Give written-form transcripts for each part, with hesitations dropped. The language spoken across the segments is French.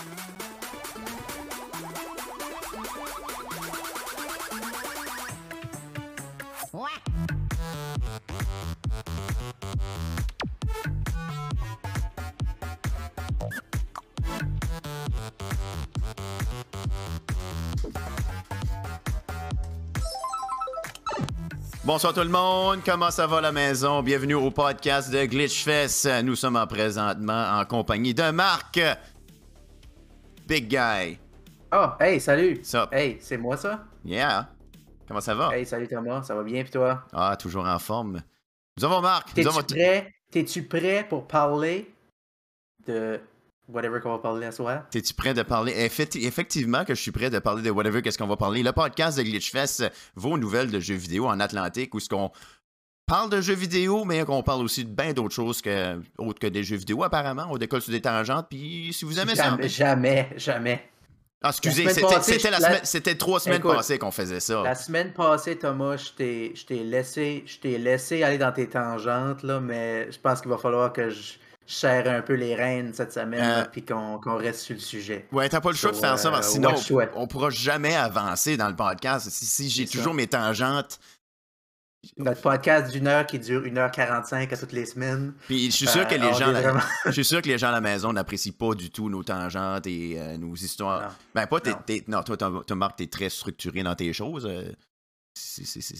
Bonsoir tout le monde, comment ça va la maison? Bienvenue au podcast de Glitchfest. Nous sommes présentement en compagnie de Marc. Big guy. Oh, hey, salut! Sup? Hey, c'est moi ça? Yeah. Comment ça va? Hey, salut Thomas, ça va bien pis toi? Ah, toujours en forme. Nous avons Marc. T'es-tu prêt pour parler de whatever qu'on va parler à soir? T'es-tu prêt de parler? Effectivement que je suis prêt de parler de whatever, qu'est-ce qu'on va parler. Le podcast de Glitchfest, vos nouvelles de jeux vidéo en Atlantique, où ce qu'on parle de jeux vidéo, mais qu'on parle aussi de bien d'autres choses autres que des jeux vidéo, apparemment. On décolle sur des tangentes, puis si vous aimez ça... Jamais. Ah, excusez, c'était 3 semaines passées qu'on faisait ça. La semaine passée, Thomas, je t'ai laissé aller dans tes tangentes, là, mais je pense qu'il va falloir que je serre un peu les rênes cette semaine, puis qu'on reste sur le sujet. Ouais, t'as pas le choix de faire ça, parce que sinon, on pourra jamais avancer dans le podcast. Si j'ai toujours mes tangentes... Notre podcast d'une heure qui dure 1h45 à toutes les semaines. Puis je suis sûr que je suis sûr que les gens à la maison n'apprécient pas du tout nos tangentes et nos histoires. Non. Ben pas non, toi Marc, t'es très structuré dans tes choses. C'est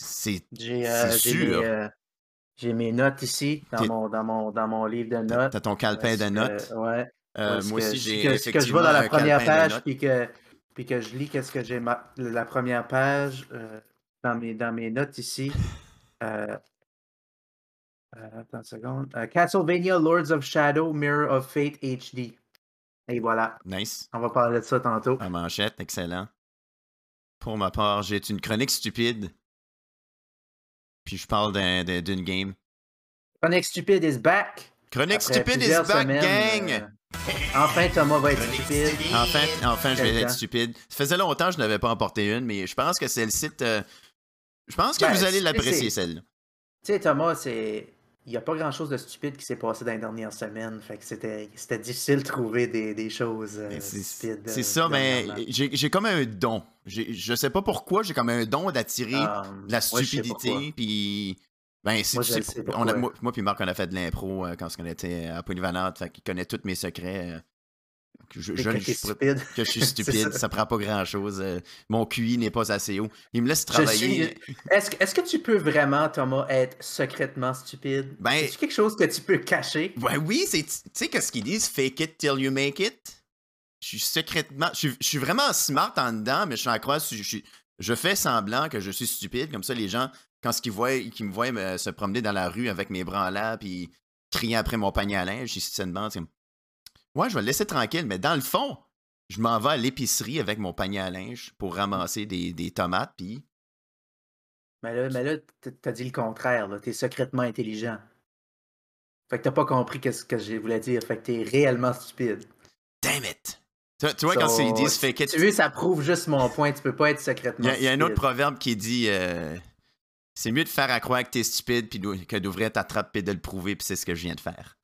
sûr. J'ai mes notes ici dans mon livre de notes. T'as ton calepin de notes. Ouais. Moi aussi j'ai effectivement que je vois dans la première page puis que je lis qu'est-ce que j'ai la première page dans mes notes ici. Attends une seconde. Castlevania Lords of Shadow Mirror of Fate HD. Et voilà. Nice. On va parler de ça tantôt. En manchette, excellent. Pour ma part, j'ai une chronique stupide. Puis je parle d'une game. Chronique stupide is back. Chronique stupide is back, gang! Enfin, Thomas va être stupide. Enfin, je vais être stupide. Ça faisait longtemps que je n'avais pas emporté une, mais je pense que c'est le site... Je pense que vous allez l'apprécier, celle-là. Tu sais, Thomas, il n'y a pas grand-chose de stupide qui s'est passé dans les dernières semaines. Fait que c'était difficile de trouver des choses stupides. C'est ça, mais j'ai comme un don. Je sais pas pourquoi, j'ai comme un don d'attirer de la stupidité. Puis, ben, moi puis Marc, on a fait de l'impro quand on était à Polyvalente. Fait qu'il connaît tous mes secrets. Que je suis stupide, ça prend pas grand-chose. Mon QI n'est pas assez haut. Il me laisse travailler. Est-ce que tu peux vraiment, Thomas, être secrètement stupide? Ben, c'est quelque chose que tu peux cacher? Ben oui, tu sais qu'est-ce qu'ils disent? Fake it till you make it. Je suis vraiment smart en dedans, mais je suis en croix. Je fais semblant que je suis stupide. Comme ça, les gens, quand ils me voient se promener dans la rue avec mes bras en l'air puis crier après mon panier à linge, ils se demandent... Ouais, je vais le laisser tranquille, mais dans le fond, je m'en vais à l'épicerie avec mon panier à linge pour ramasser des tomates, puis... Mais là, t'as dit le contraire, là. T'es secrètement intelligent. Fait que t'as pas compris ce que je voulais dire. Fait que t'es réellement stupide. Damn it! Tu vois, quand ils disent fake it... Tu vois, ça prouve juste mon point. Tu peux pas être secrètement stupide. Il y a un autre proverbe qui dit... c'est mieux de faire à croire que t'es stupide que d'ouvrir ta trappe et de le prouver, puis c'est ce que je viens de faire.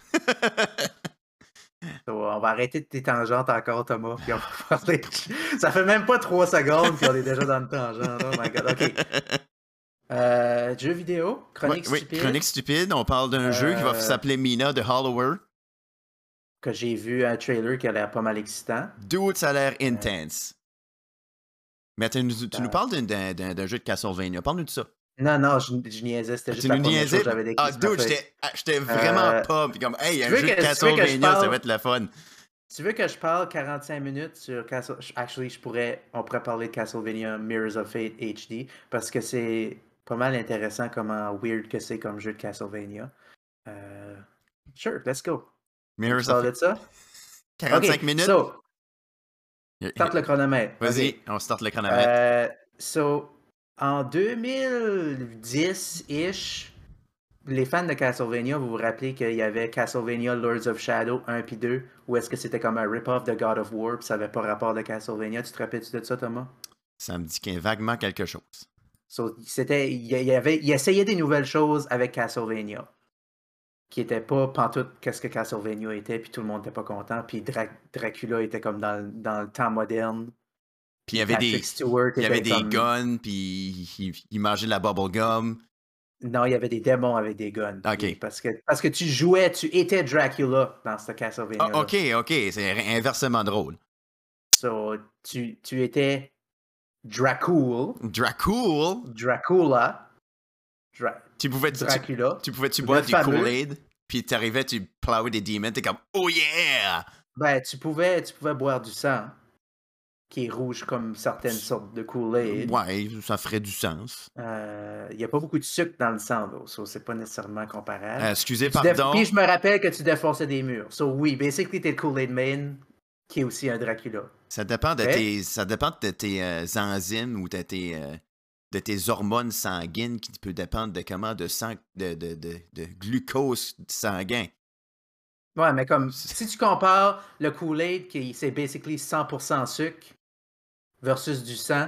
On va arrêter tes tangentes encore, Thomas, puis on va parler. Ça fait même pas 3 secondes qu'on est déjà dans le tangente. Oh my god, ok. Jeu vidéo, chronique stupide. Oui, chronique stupide. On parle d'un jeu qui va s'appeler Mina de Hollower. Que j'ai vu un trailer qui a l'air pas mal excitant. Dude, ça a l'air intense. Mais tu nous parles d'un jeu de Castlevania. Parle-nous de ça. Non, je niaisais. C'était juste la première chose que j'avais décrit. Ah, dude, j'étais vraiment pas. Puis comme, hey, il y a un jeu de Castlevania, ça va être la fun. Tu veux que je parle 45 minutes sur Castlevania? Actually, on pourrait parler de Castlevania Mirrors of Fate HD parce que c'est pas mal intéressant comment weird que c'est comme jeu de Castlevania. Sure, let's go. Mirrors of Fate. De ça? 45 minutes? Start le chronomètre. Vas-y, on start le chronomètre. En 2010-ish, les fans de Castlevania, vous vous rappelez qu'il y avait Castlevania Lords of Shadow 1 puis 2, où est-ce que c'était comme un rip-off de God of War, puis ça n'avait pas rapport de Castlevania. Tu te rappelles-tu de ça, Thomas? Ça me dit qu'il y a vaguement quelque chose. Il essayait des nouvelles choses avec Castlevania. qui était pas pantoute qu'est-ce que Castlevania était, puis tout le monde n'était pas content. Puis Dracula était comme dans le temps moderne. Puis il Patrick Stewart y avait était des comme... guns, puis il mangeait de la bubble gum. Non, il y avait des démons avec des guns. OK. Parce que tu étais Dracula dans ce Castlevania. Ah, OK. C'est inversement drôle. So, tu étais Dracula. Tu pouvais-tu boire du Kool-Aid, puis t'arrivais, tu plowais des demons, t'es comme « Oh yeah! » Ben, tu pouvais boire du sang, qui est rouge comme certaines sortes de Kool-Aid. Ouais, ça ferait du sens. Il n'y a pas beaucoup de sucre dans le sang, donc so c'est pas nécessairement comparable. Excusez, pardon. Puis je me rappelle que tu défonçais des murs. So oui, basically, t'es le Kool-Aid Man, qui est aussi un Dracula. Ça dépend de tes enzymes ou de tes hormones sanguines qui peut dépendre de comment de glucose sanguin. Ouais, mais comme si tu compares le Kool-Aid, qui c'est basically 100% sucre, versus du sang,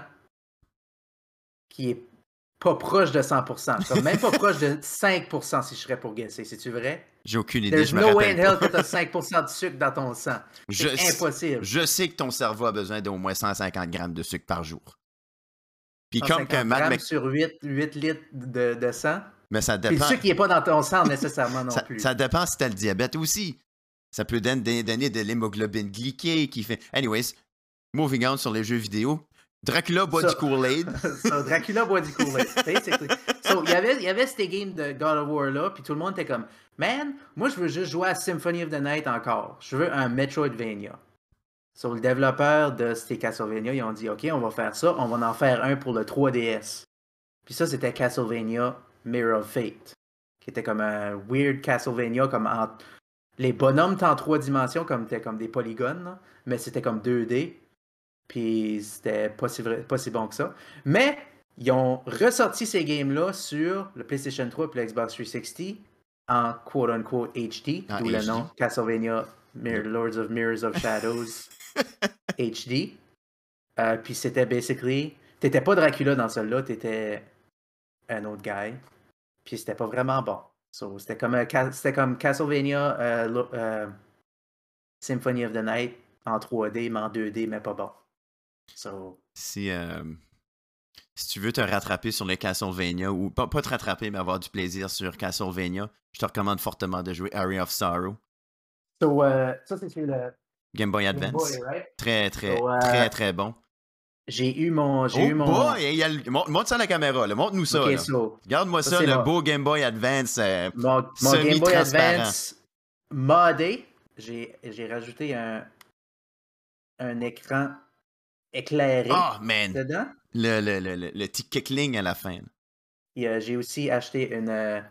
qui est pas proche de 100%, comme même pas proche de 5% si je serais pour guesser. C'est-tu vrai? J'ai aucune idée, There's je me no rappelle way in hell pas. que t'as 5% de sucre dans ton sang. C'est impossible. Je sais que ton cerveau a besoin d'au moins 150 grammes de sucre par jour. Puis 150 grammes sur 8 litres de sang. Mais ça dépend. Puis le sucre qui n'est pas dans ton sang nécessairement non plus. Ça dépend si t'as le diabète aussi. Ça peut donner de l'hémoglobine glyquée qui fait... Anyways, moving on sur les jeux vidéo. Dracula boit du Kool-Aid. Dracula boit du Kool-Aid, basically. So, il y avait ces games de God of War là, puis tout le monde était comme, man, moi je veux juste jouer à Symphony of the Night encore. Je veux un Metroidvania. So, le développeur de ces Castlevania, ils ont dit, OK, on va faire ça, on va en faire un pour le 3DS. Puis ça, c'était Castlevania Mirror of Fate, qui était comme un weird Castlevania, comme les bonhommes étaient en 3 dimensions, comme des polygones, là, mais c'était comme 2D. Puis c'était pas si bon que ça. Mais ils ont ressorti ces games-là sur le PlayStation 3 et le Xbox 360 en quote-unquote HD, d'où le nom Castlevania Lords of Mirrors of Shadows HD. Puis c'était basically... T'étais pas Dracula dans celui-là, t'étais un autre guy. Puis c'était pas vraiment bon. So, c'était comme Castlevania Symphony of the Night en 3D, mais en 2D, mais pas bon. So... Si tu veux te rattraper sur les Castlevania, ou pas te rattraper, mais avoir du plaisir sur Castlevania, je te recommande fortement de jouer Area of Sorrow. So, ça, c'est sur le Game Boy Advance. Game Boy, right? Très bon. J'ai eu mon... Montre ça à la caméra, montre-nous ça. Okay, regarde-moi ça, le beau Game Boy Advance mon Game Boy Advance modé. J'ai rajouté un écran éclairé dedans. Le petit kickling à la fin. J'ai aussi acheté une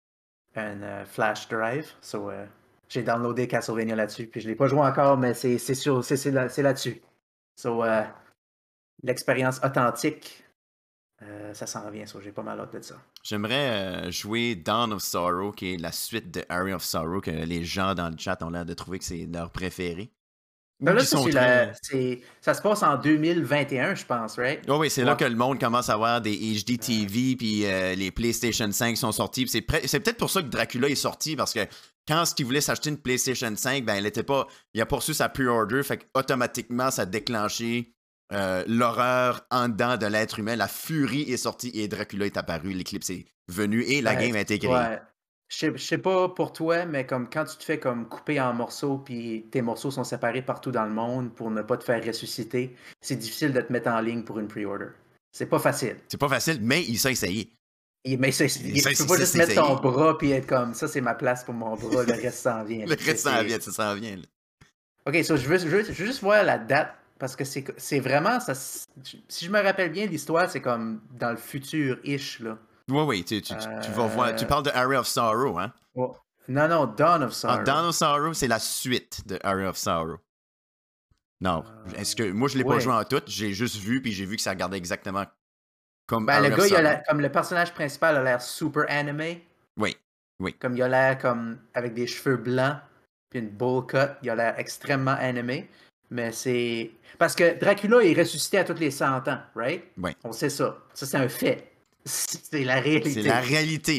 flash drive. So, j'ai downloadé Castlevania là-dessus. Puis je ne l'ai pas joué encore, mais c'est là-dessus. So, l'expérience authentique, ça s'en vient. So, j'ai pas mal hâte de ça. J'aimerais jouer Dawn of Sorrow, qui est la suite de Area of Sorrow, que les gens dans le chat ont l'air de trouver que c'est leur préféré. Ben là, ça se passe en 2021, je pense, right? Oh oui, c'est là que le monde commence à avoir des HD TV, puis les PlayStation 5 sont sortis. C'est peut-être pour ça que Dracula est sorti, parce que quand il voulait s'acheter une PlayStation 5, ben il a poursu sa pre-order, fait qu'automatiquement, ça a déclenché l'horreur en dedans de l'être humain. La furie est sortie et Dracula est apparu, l'éclipse est venu et la game a été créée. Ouais. Je sais pas pour toi, mais comme quand tu te fais comme couper en morceaux puis tes morceaux sont séparés partout dans le monde pour ne pas te faire ressusciter, c'est difficile de te mettre en ligne pour une pre-order. C'est pas facile. C'est pas facile, mais il s'est essayé. Mais tu peux pas juste mettre ton bras puis être comme ça, c'est ma place pour mon bras, le reste s'en vient. Le reste s'en vient. Là. OK, so je veux juste voir la date parce que c'est vraiment ça. Si je me rappelle bien, l'histoire, c'est comme dans le futur-ish, là. Oui, tu vas voir. Tu parles de Area of Sorrow, hein? Oh, non, Dawn of Sorrow. Dawn of Sorrow, c'est la suite de Area of Sorrow. Non, moi, je l'ai pas joué en tout. J'ai juste vu, puis j'ai vu que ça regardait exactement comme Area le of gars, Sorrow. comme le personnage principal a l'air super animé. Oui. Comme il a l'air comme avec des cheveux blancs, puis une bowl cut. Il a l'air extrêmement animé. Mais c'est... Parce que Dracula est ressuscité à tous les 100 ans, right? Oui. On sait ça. Ça, c'est un fait. C'est la réalité. C'est la réalité.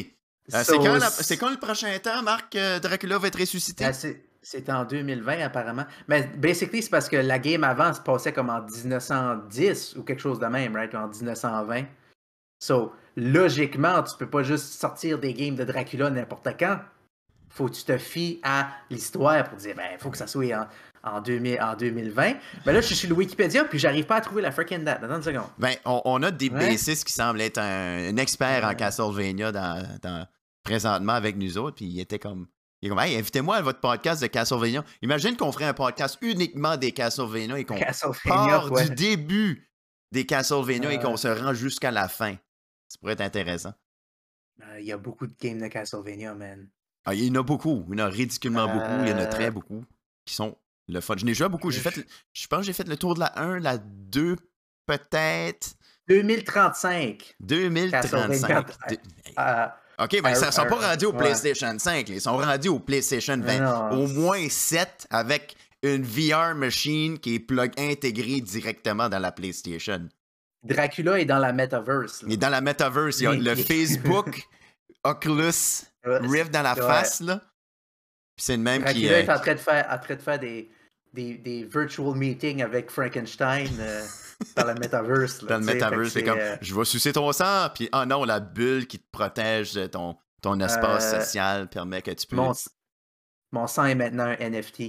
C'est quand le prochain temps, Marc, Dracula va être ressuscité? C'est en 2020, apparemment. Mais basically, c'est parce que la game avant se passait comme en 1910 ou quelque chose de même, right? En 1920. So, logiquement, tu peux pas juste sortir des games de Dracula n'importe quand. Faut que tu te fies à l'histoire pour dire, il faut que ça soit en 2020. Mais là, je suis sur le Wikipédia, puis j'arrive pas à trouver la freaking date. Attends une seconde. On a des bassistes qui semblent être un expert en Castlevania présentement avec nous autres, puis il est comme, hey, invitez-moi à votre podcast de Castlevania. Imagine qu'on ferait un podcast uniquement des Castlevania et qu'on part du début des Castlevania et qu'on se rend jusqu'à la fin. Ça pourrait être intéressant. Il y a beaucoup de games de Castlevania, man. Il y en a beaucoup. Il y en a ridiculement beaucoup. Il y en a très beaucoup qui sont le fun. Je n'ai joué à beaucoup. Je pense que j'ai fait le tour de la 1, la 2, peut-être. 2035. 2035. OK, ben ils ne sont pas rendus au PlayStation 5. Ils sont rendus au PlayStation 20. Au moins 7 avec une VR machine qui est intégrée directement dans la PlayStation. Dracula est dans la Metaverse. Il est dans la Metaverse. Il y a le Facebook Oculus Rift dans la face, là. Puis c'est le même qui est en train de faire des virtual meetings avec Frankenstein dans le Metaverse. Là, dans le Metaverse, c'est comme, je vais sucer ton sang, puis non, la bulle qui te protège de ton espace social permet que tu peux... Mon sang est maintenant un NFT.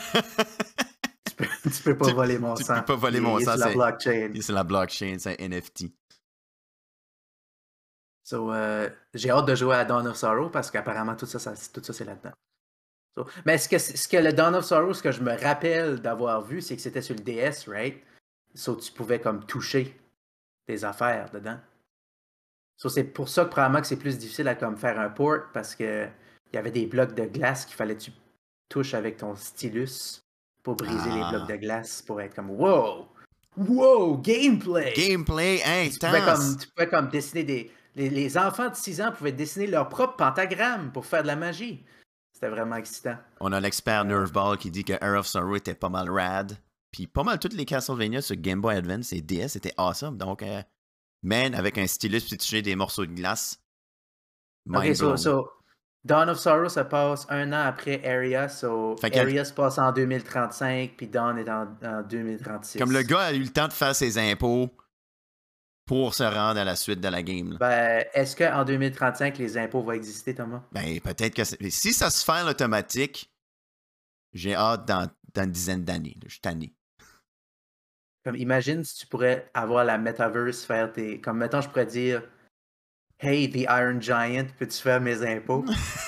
tu peux pas voler mon sang. Tu peux pas voler mon sang. C'est la blockchain. C'est la blockchain, c'est un NFT. So, j'ai hâte de jouer à Dawn of Sorrow parce qu'apparemment tout ça c'est là-dedans. So, mais ce que le Dawn of Sorrow, ce que je me rappelle d'avoir vu, c'est que c'était sur le DS, right? So, tu pouvais comme toucher tes affaires dedans. So, c'est pour ça que probablement que c'est plus difficile à comme faire un port parce que il y avait des blocs de glace qu'il fallait que tu touches avec ton stylus pour briser les blocs de glace pour être comme wow! Wow! Gameplay! Gameplay intense! Tu pouvais comme dessiner les enfants de 6 ans pouvaient dessiner leur propre pentagramme pour faire de la magie. C'était vraiment excitant. On a l'expert Nerveball qui dit que Air of Sorrow était pas mal rad. Puis pas mal toutes les Castlevania sur Game Boy Advance et DS étaient awesome. Donc, man, avec un stylus puis toucher des morceaux de glace. Ok, so Dawn of Sorrow, ça passe 1 an après Area. So Area se passe en 2035, puis Dawn est en 2036. Comme le gars a eu le temps de faire ses impôts pour se rendre à la suite de la game. Est-ce qu'en 2035, les impôts vont exister, Thomas? Peut-être que si ça se fait en automatique, j'ai hâte dans une dizaine d'années. Je suis tanné. Comme imagine si tu pourrais avoir la Metaverse faire tes... Comme mettons, je pourrais dire Hey, the Iron Giant, peux-tu faire mes impôts?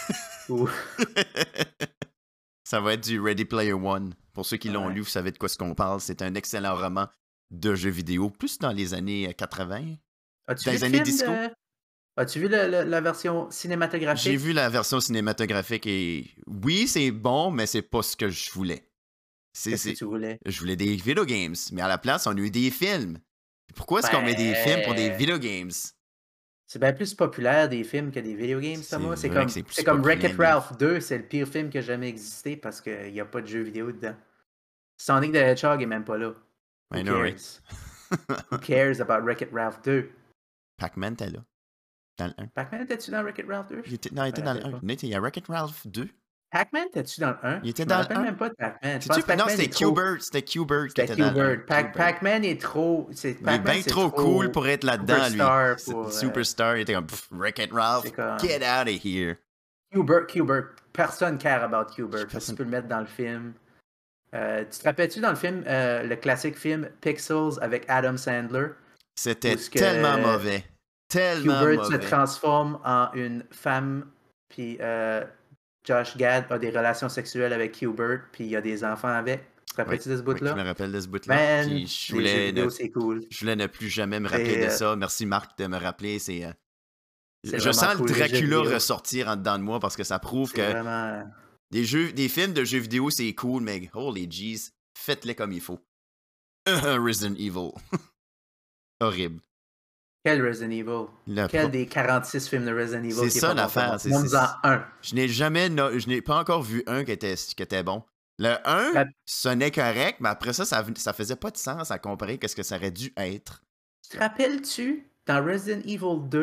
Ça va être du Ready Player One. Pour ceux qui l'ont lu, vous savez de quoi ce qu'on parle. C'est un excellent roman de jeux vidéo, plus dans les années 80. As-tu vu les années disco. As-tu vu la version cinématographique? J'ai vu la version cinématographique et oui, c'est bon, mais c'est pas ce que je voulais. Qu'est-ce que tu voulais? Je voulais des video games, mais à la place, on a eu des films. Pourquoi est-ce qu'on met des films pour des video games? C'est bien plus populaire des films que des video games, Thomas. C'est comme Wreck-It Ralph 2, c'est le pire film qui a jamais existé parce qu'il n'y a pas de jeux vidéo dedans. Sonic the Hedgehog est même pas là. I know, right? Who cares about Wreck-It Ralph 2? Pac-Man était là. Dans le 1. Pac-Man était-tu dans Wreck-It Ralph 2? Non, il était dans le 1. Il y a Wreck-It Ralph 2. Pac-Man, t'es-tu dans le 1? Il était dans le 1. même pas de Pac-Man. Non, c'était Q-Bird. C'était Q-Bird qui était dans le 1. Pac-Man est trop... Il est bien trop cool pour être là-dedans, lui. Superstar. Il était comme Wreck-It Ralph, get out of here. Q-Bird. Personne care about Q-Bird. Parce que tu peux le mettre dans le film. Tu te rappelles-tu dans le film, le classique film Pixels avec Adam Sandler? C'était tellement mauvais. Tellement mauvais. Q-Bird se transforme en une femme, puis... Josh Gad a des relations sexuelles avec Q-Bird, puis il y a des enfants avec. Tu te rappelles-tu de ce bout-là? Oui, je me rappelle de ce bout-là. Puis je voulais ne plus jamais me rappeler de ça. Merci Marc de me rappeler. Je sens le Dracula ressortir en dedans de moi parce que ça prouve que vraiment... des films de jeux vidéo, c'est cool, mais holy jeez, faites-les comme il faut. Resident Evil. Horrible. Quel Resident Evil? Quel des 46 films de Resident Evil? C'est ça l'affaire. Un. Je n'ai pas encore vu un qui était bon. Le 1 sonnait correct, mais après ça faisait pas de sens à comparer qu'est-ce que ça aurait dû être. Te rappelles-tu, dans Resident Evil 2,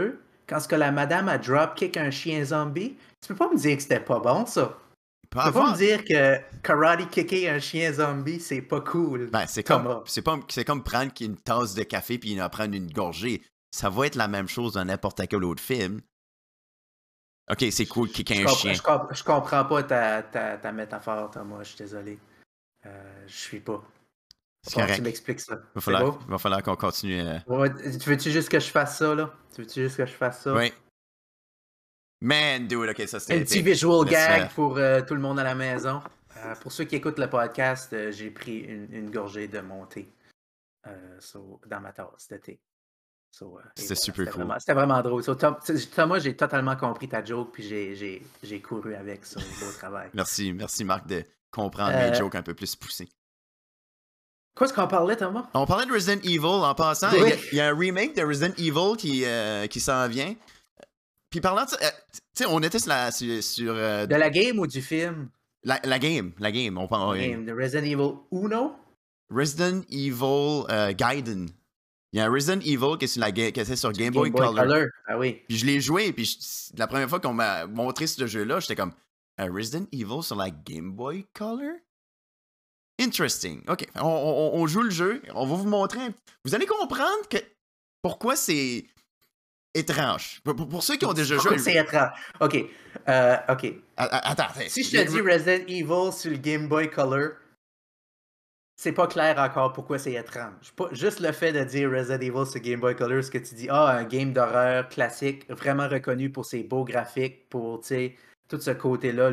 quand ce que la madame a dropkick un chien zombie, tu peux pas me dire que c'était pas bon, ça. Tu peux pas me dire que karate kicker un chien zombie, c'est pas cool. Ben, c'est comme prendre une tasse de café puis en prendre une gorgée. Ça va être la même chose dans n'importe quel autre film. OK, c'est cool kicker un chien. Je comprends pas ta métaphore, Thomas, je suis désolé. Je suis pas. C'est correct. Tu m'expliques ça. Il va falloir qu'on continue. Tu veux-tu juste que je fasse ça, là? Oui. Man, dude, OK, ça c'est... Un petit visual gag pour tout le monde à la maison. Pour ceux qui écoutent le podcast, j'ai pris une gorgée de mon thé dans ma tasse de thé. C'était super cool. C'était vraiment drôle. Thomas, j'ai totalement compris ta joke, puis j'ai couru avec ça au travail. Merci Marc de comprendre mes jokes un peu plus poussés. Quoi est-ce qu'on parlait, Thomas? On parlait de Resident Evil en passant. Oui. Il y a un remake de Resident Evil qui s'en vient. Puis parlant de ça, tu sais, on était sur... De la game ou du film? La game. On parle de Resident Evil Uno? Resident Evil Gaiden. Il y a un Resident Evil qui est sur Game Boy Color. Ah oui. Puis je l'ai joué, puis la première fois qu'on m'a montré ce jeu-là, j'étais comme, un Resident Evil sur la Game Boy Color? Interesting. OK, on joue le jeu, on va vous montrer. Vous allez comprendre pourquoi c'est étrange. Pour ceux qui ont déjà joué... c'est étrange. OK. Attends. Si je te dis Resident Evil sur le Game Boy Color, c'est pas clair encore pourquoi c'est étrange. Juste le fait de dire Resident Evil sur Game Boy Color, ce que tu dis, un game d'horreur classique, vraiment reconnu pour ses beaux graphiques, pour, tu sais, tout ce côté-là,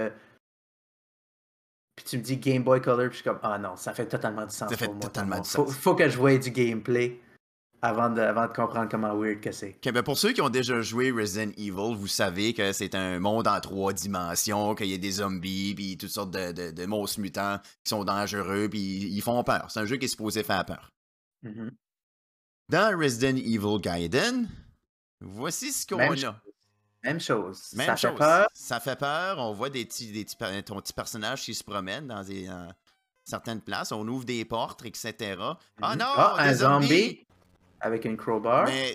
Puis tu me dis Game Boy Color, puis je suis comme, non, ça fait totalement du sens pour moi. Totalement du sens. Faut que je voie du gameplay avant de comprendre comment weird que c'est. Okay, ben pour ceux qui ont déjà joué Resident Evil, vous savez que c'est un monde en 3 dimensions, qu'il y a des zombies, puis toutes sortes de monstres mutants qui sont dangereux, puis ils font peur. C'est un jeu qui est supposé faire peur. Mm-hmm. Dans Resident Evil Gaiden, voici ce qu'on a. Même chose. Fait peur. Ça fait peur. On voit ton petit personnage qui se promène dans certaines places. On ouvre des portes, etc. Mm-hmm. Ah non! Un zombie! Avec une crowbar. Mais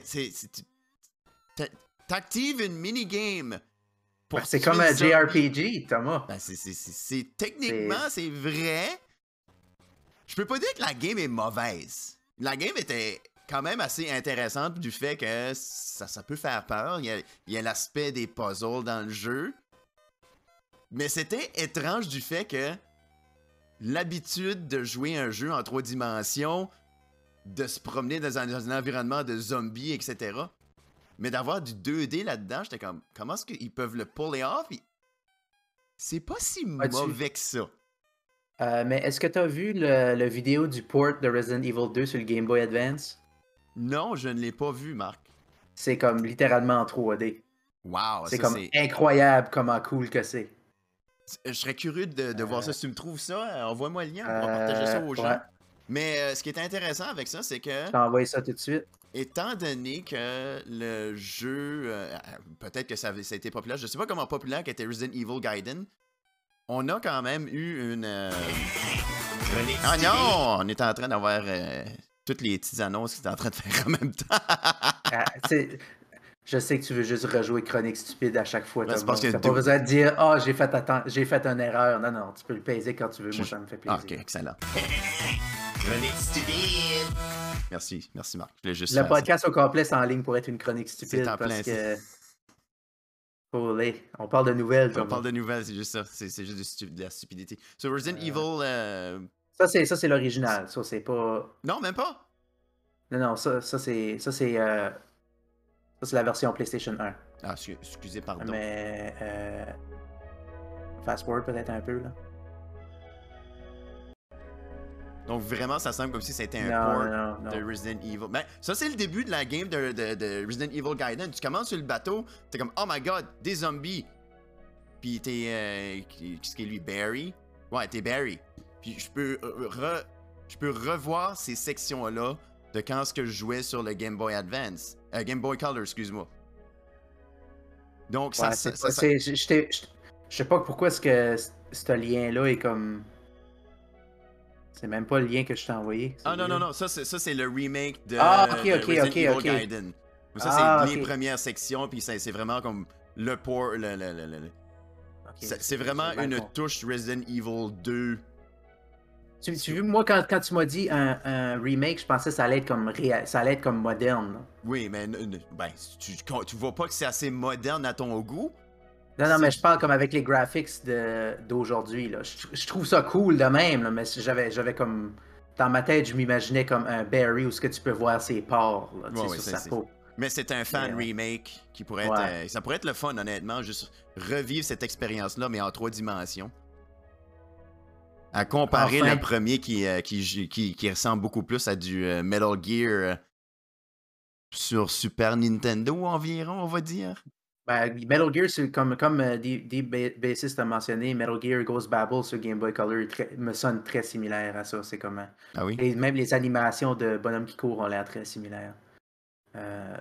t'actives une mini-game. C'est comme un JRPG, Thomas. Ben, techniquement, c'est vrai. Je peux pas dire que la game est mauvaise. La game était quand même assez intéressante du fait que ça peut faire peur. Il y a l'aspect des puzzles dans le jeu. Mais c'était étrange du fait que l'habitude de jouer un jeu en 3 dimensions, de se promener dans un environnement de zombies, etc. Mais d'avoir du 2D là-dedans, j'étais comme, comment est-ce qu'ils peuvent le puller off? C'est pas si mauvais que ça. Mais est-ce que tu as vu le vidéo du port de Resident Evil 2 sur le Game Boy Advance? Non, je ne l'ai pas vu, Marc. C'est comme littéralement en 3D. Wow, c'est comme incroyable comment cool que c'est. Je serais curieux de voir ça. Si tu me trouves ça, envoie-moi le lien, on va partager ça aux gens. Mais ce qui est intéressant avec ça, c'est que... Je t'ai envoyé ça tout de suite. Étant donné que le jeu... peut-être que ça a été populaire. Je sais pas comment populaire qu'était Resident Evil Gaiden. On a quand même eu une... Ah non! On est en train d'avoir toutes les petites annonces qu'ils sont en train de faire en même temps. Je sais que tu veux juste rejouer Chronique Stupide à chaque fois. C'est parce que t'as pas besoin de dire j'ai fait une erreur. Non, tu peux le peser quand tu veux. Moi, ça me fait plaisir. Ok, excellent. Chronique Stupide. Merci Marc. Le podcast au complet, c'est en ligne pour être une chronique stupide. Parce que... On parle de nouvelles. On parle de nouvelles, c'est juste ça. C'est juste de la stupidité. So, Resident Evil... Ça, c'est l'original. Ça, c'est pas... Non, même pas? Non, ça c'est la version PlayStation 1. Ah, excusez, pardon. Mais... Fast forward peut-être un peu, là. Donc vraiment, ça semble comme si c'était un port de Resident Evil. Ben, ça, c'est le début de la game de Resident Evil Gaiden. Tu commences sur le bateau, t'es comme, oh my god, des zombies. Puis t'es... qu'est-ce qu'il est lui, Barry? Ouais, t'es Barry. Puis je peux revoir ces sections-là de quand ce que je jouais sur le Game Boy Advance. Game Boy Color, excuse-moi. Donc, je sais pas pourquoi est-ce que ce lien-là est comme... C'est même pas le lien que je t'ai envoyé. Ah non, ça c'est le remake de Resident Evil Gaiden. Ça, c'est les OK. premières sections, puis c'est vraiment comme le port. OK, C'est vraiment j'ai mal une compris. touche Resident Evil 2. Tu vois, moi, quand tu m'as dit un remake, je pensais que ça allait être comme, ça allait être comme moderne. Là. Oui, mais ben, tu vois pas que c'est assez moderne à ton goût? Non, non, C'est mais je parle comme avec les graphics d'aujourd'hui. Là. Je trouve ça cool de même, là, mais j'avais comme. Dans ma tête, je m'imaginais comme un Barry où ce que tu peux voir ses pores là, ouais, ouais, sur sa c'est. peau. Mais c'est un Mais, fan remake qui pourrait être. ouais. Ça pourrait être le fun, honnêtement, juste revivre cette expérience-là, mais en 3 dimensions. À comparer le Enfin, premier qui ressemble beaucoup plus à du Metal Gear sur Super Nintendo environ, on va dire. ben, Metal Gear, c'est comme des bassistes ont mentionné, Metal Gear Ghost Babel sur Game Boy Color me sonne très similaire à ça. C'est comme. Ah oui? Et même les animations de bonhomme qui court ont l'air très similaires. Euh,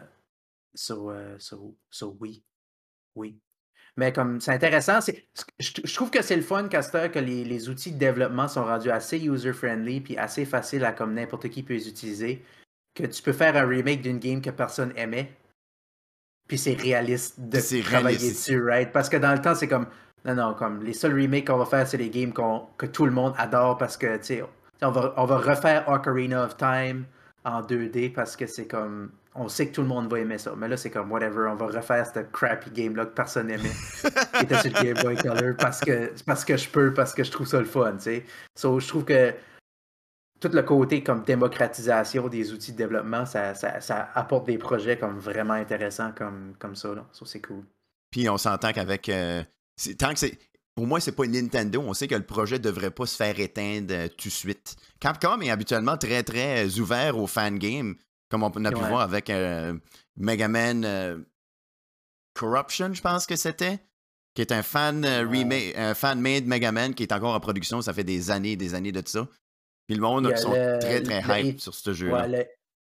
oui. Oui. Mais comme c'est intéressant, je trouve que c'est le fun, Castor, que les outils de développement sont rendus assez user-friendly puis assez faciles à comme n'importe qui peut les utiliser. Que tu peux faire un remake d'une game que personne aimait, puis c'est réaliste de Puis c'est travailler réaliste. dessus, right? Parce que dans le temps, c'est comme. Non, non, comme les seuls remakes qu'on va faire, c'est les games que tout le monde adore parce que, tu sais, on va refaire Ocarina of Time en 2D parce que c'est comme. On sait que tout le monde va aimer ça. Mais là, c'est comme, whatever, on va refaire cette crappy game-là que personne n'aimait, qui était sur le Game Boy Color parce que je peux, parce que je trouve ça le fun, tu sais. So, je trouve que tout le côté comme démocratisation des outils de développement, ça apporte des projets comme vraiment intéressants comme ça. Là. Ça, c'est cool. Puis on s'entend qu'avec. Tant que c'est. Pour moi, c'est pas une Nintendo. On sait que le projet devrait pas se faire éteindre tout de suite. Capcom est habituellement très, très ouvert aux fangames, comme on a pu Ouais. voir avec Mega Man Corruption, je pense que c'était, qui est un fan remake, un fan-made Mega Man qui est encore en production. Ça fait des années de ça. Puis le Il monde y a sont très, très hype le sur ce jeu-là. ouais,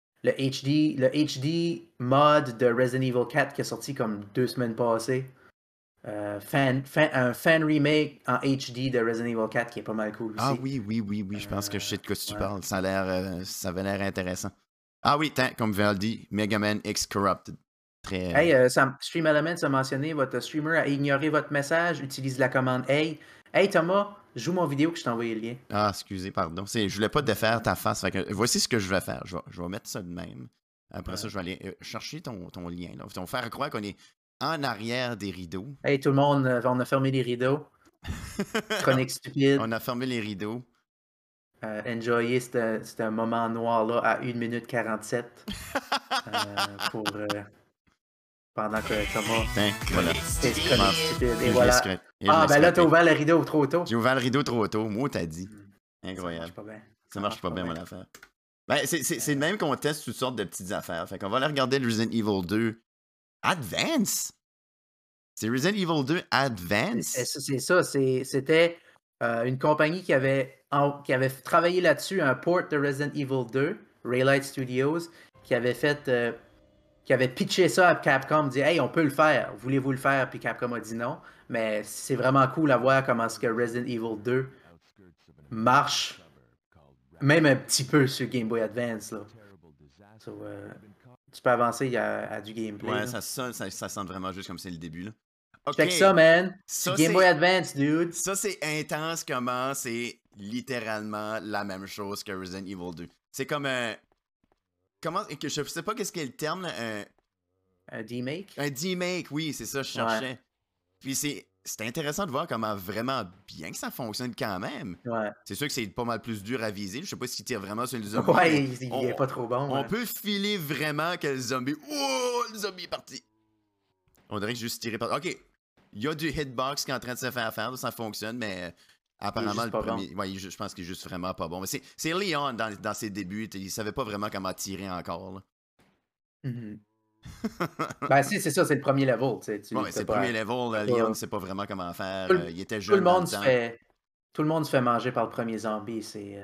le HD mod de Resident Evil 4 qui est sorti comme 2 semaines passées. Un fan remake en HD de Resident Evil 4 qui est pas mal cool Ah aussi. oui, oui, oui, oui, je pense que je sais de quoi tu Ouais. parles. Ça a l'air, ça avait l'air intéressant. Ah oui, comme Val dit, Mega Man X Corrupted. Très. Hey, Stream Elements a mentionné, votre streamer a ignoré votre message, utilise la commande Hey. Hey Thomas, joue mon vidéo que je t'ai envoyé le lien. Ah, excusez, pardon. Je voulais pas défaire ta face. Fait que, voici ce que je vais faire. Je vais mettre ça de même. Après ça, je vais aller chercher ton lien. Là. On va faire croire qu'on est en arrière des rideaux. Hey tout le monde, on a fermé les rideaux. Chronique stupide. On a fermé les rideaux. Enjoyez ce moment noir-là à 1 minute 47 pour, pendant que Thomas Voilà. fait ce chronique stupide. Et Je voilà. l'ai Ah, ben là, scrappé. t'as ouvert le rideau trop tôt. J'ai ouvert le rideau trop tôt. Moi, t'as dit. Ça Incroyable. marche pas bien. Ça marche pas bien, mon affaire. Ben, c'est le même qu'on teste toutes sortes de petites affaires. Fait qu'on va aller regarder le Resident Evil 2 Advance. C'est Resident Evil 2 Advance. C'est ça. C'était une compagnie qui avait travaillé là-dessus, un port de Resident Evil 2, Raylight Studios, qui avait fait. Qui avait pitché ça à Capcom, dit Hey, on peut le faire, voulez-vous le faire? Puis Capcom a dit non. Mais c'est vraiment cool à voir comment ce que Resident Evil 2 marche, même un petit peu sur Game Boy Advance. Là. So, tu peux avancer à du gameplay. Ouais, là. ça sonne vraiment juste comme c'est le début. Là. OK. Check ça, man. Ça, Game Boy Advance, dude. Ça, c'est intense comment c'est littéralement la même chose que Resident Evil 2. C'est comme un. Je sais pas qu'est-ce qu'est le terme, là, Un D-Make. un D-Make, oui, c'est ça, je cherchais. Ouais. Puis c'est intéressant de voir comment vraiment bien que ça fonctionne quand même. Ouais. C'est sûr que c'est pas mal plus dur à viser. Je sais pas s'il tire vraiment sur le zombie. Ouais, il est pas trop bon. On peut filer vraiment que le zombie. Oh, le zombie est parti. On dirait que juste tirer par. Ok. Il y a du hitbox qui est en train de se faire, ça fonctionne, mais apparemment le premier. Bon. Ouais, je pense qu'il est juste vraiment pas bon. Mais c'est Leon dans ses débuts. Il savait pas vraiment comment tirer encore. Là. Mm-hmm. Ben, c'est ça, c'est le premier level. Ouais, c'est le premier level. Leon ne sait pas vraiment comment faire. Il était jeune. Tout le monde se fait manger par le premier zombie. C'est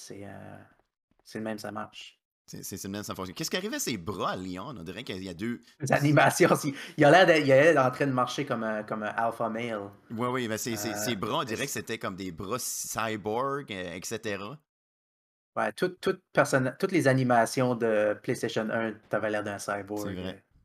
le même, ça marche. C'est le même, ça fonctionne. Qu'est-ce qui arrivait à ses bras à Leon? On dirait qu'il y a deux. Les animations, il a l'air en train de marcher comme un alpha male. Oui, mais ses bras, on dirait que c'était comme des bras cyborg, etc. Ouais, toutes les animations de PlayStation 1, t'avais l'air d'un cyborg. C'est vrai.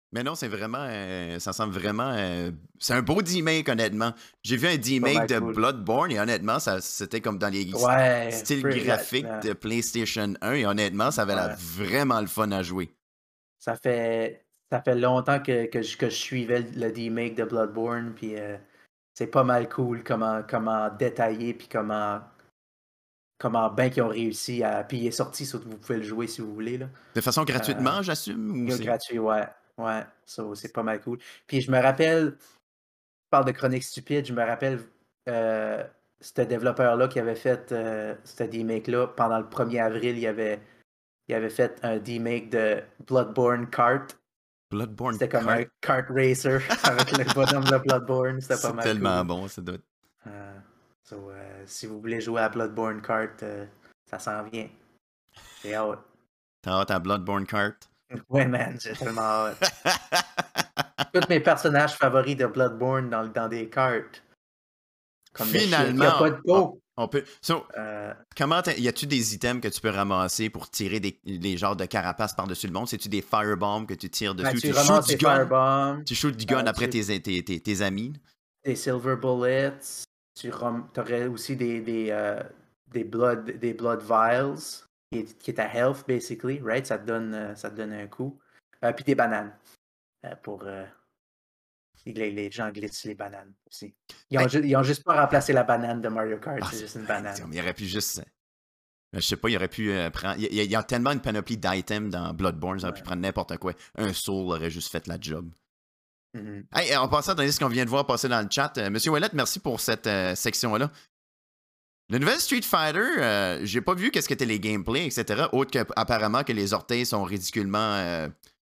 Mais non, c'est vraiment. Ça semble vraiment. C'est un beau remake, honnêtement. J'ai vu un Pas remake mal de cool. Bloodborne et honnêtement, c'était comme dans les Ouais, styles graphiques de PlayStation 1 et honnêtement, ça avait l'air ouais. vraiment le fun à jouer. Ça fait longtemps que je suivais le remake de Bloodborne, puis c'est pas mal cool comment détaillé, puis comment bien qu'ils ont réussi à. Puis il est sorti, sauf que vous pouvez le jouer si vous voulez, là. De façon Euh, gratuitement, j'assume, ou c'est. gratuit, ouais. Ouais, so, c'est pas mal cool. Puis je me rappelle, je parle de chronique stupide, je me rappelle euh, ce développeur-là qui avait fait ce remake-là, pendant le 1er avril, il avait fait un remake de Bloodborne Kart. Bloodborne C'était comme un Kart. kart racer avec le bonhomme de Bloodborne. C'était pas C'est mal tellement cool. bon, ça doit être. Euh, si vous voulez jouer à Bloodborne Kart, ça s'en vient. J'ai hâte. T'as hâte à Bloodborne Kart? Ouais, man, j'ai tellement hâte. Tous mes personnages favoris de Bloodborne dans des cartes. Comme le chien qui a Finalement, pas de peau. on peut. So, Euh, y a-tu des items que tu peux ramasser pour tirer des genres de carapaces par-dessus le monde? C'est-tu des firebombs que tu tires dessus? tu Tu shoots ramasses du des gun? firebombs, Tu shoots du gun après tu tes amis? des silver bullets, aurais aussi des blood vials qui est à health, basically, right? Ça te donne un coup. Puis des bananes. Pour les gens glitchent les bananes aussi. Ben, Ils ont juste pas remplacé la banane de Mario Kart, c'est c'est juste une ben, banane. il aurait pu juste. Je sais pas, il aurait pu prendre. Il y a tellement une panoplie d'items dans Bloodborne, il aurait pu Ouais. prendre n'importe quoi. Un soul aurait juste fait la job. Mhm. Hey, en passant, dans ce qu'on vient de voir passer dans le chat, Monsieur Ouellet, merci pour cette section-là. Le nouvel Street Fighter, j'ai pas vu qu'est-ce qu'étaient les gameplays, etc. Autre qu'apparemment que les orteils sont ridiculement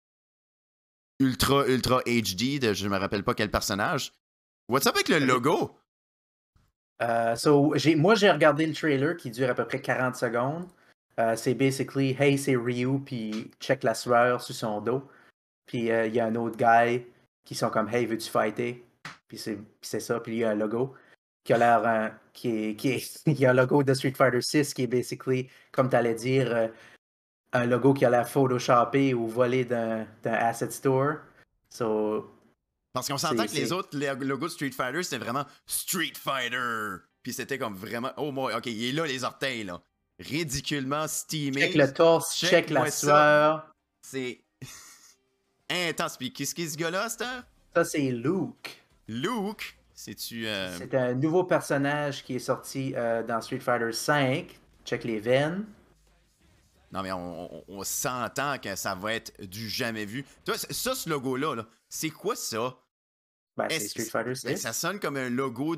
ultra HD de je me rappelle pas quel personnage. What's up avec le logo? Moi, j'ai regardé le trailer qui dure à peu près 40 secondes. C'est basically, hey, c'est Ryu, puis check la sueur sur son dos. Puis il y a un autre guy qui sont comme, hey, veux-tu fighter? Puis c'est ça, puis il y a un logo qui a l'air, il y a un logo de Street Fighter 6 qui est basically, comme tu allais dire, un logo qui a l'air photoshopé ou volé d'un asset store. So, Parce qu'on s'entend c'est, que les c'est, autres logos de Street Fighter, c'était vraiment Street Fighter. Puis c'était comme vraiment. Oh, moi, ok, il est là, les orteils, là. Ridiculement steamé. check le torse, check la Check-moi ça. sueur. C'est intense. Puis qu'est-ce qui est ce gars-là, cette heure? Ça, c'est Luke. Luke, c'est-tu. C'est un nouveau personnage qui est sorti dans Street Fighter V. Check les veines. Non, mais on s'entend que ça va être du jamais vu. Toi, ça, ce logo-là, là, c'est quoi ça? Ben, c'est Street Fighter Ben, 6. ça sonne comme un logo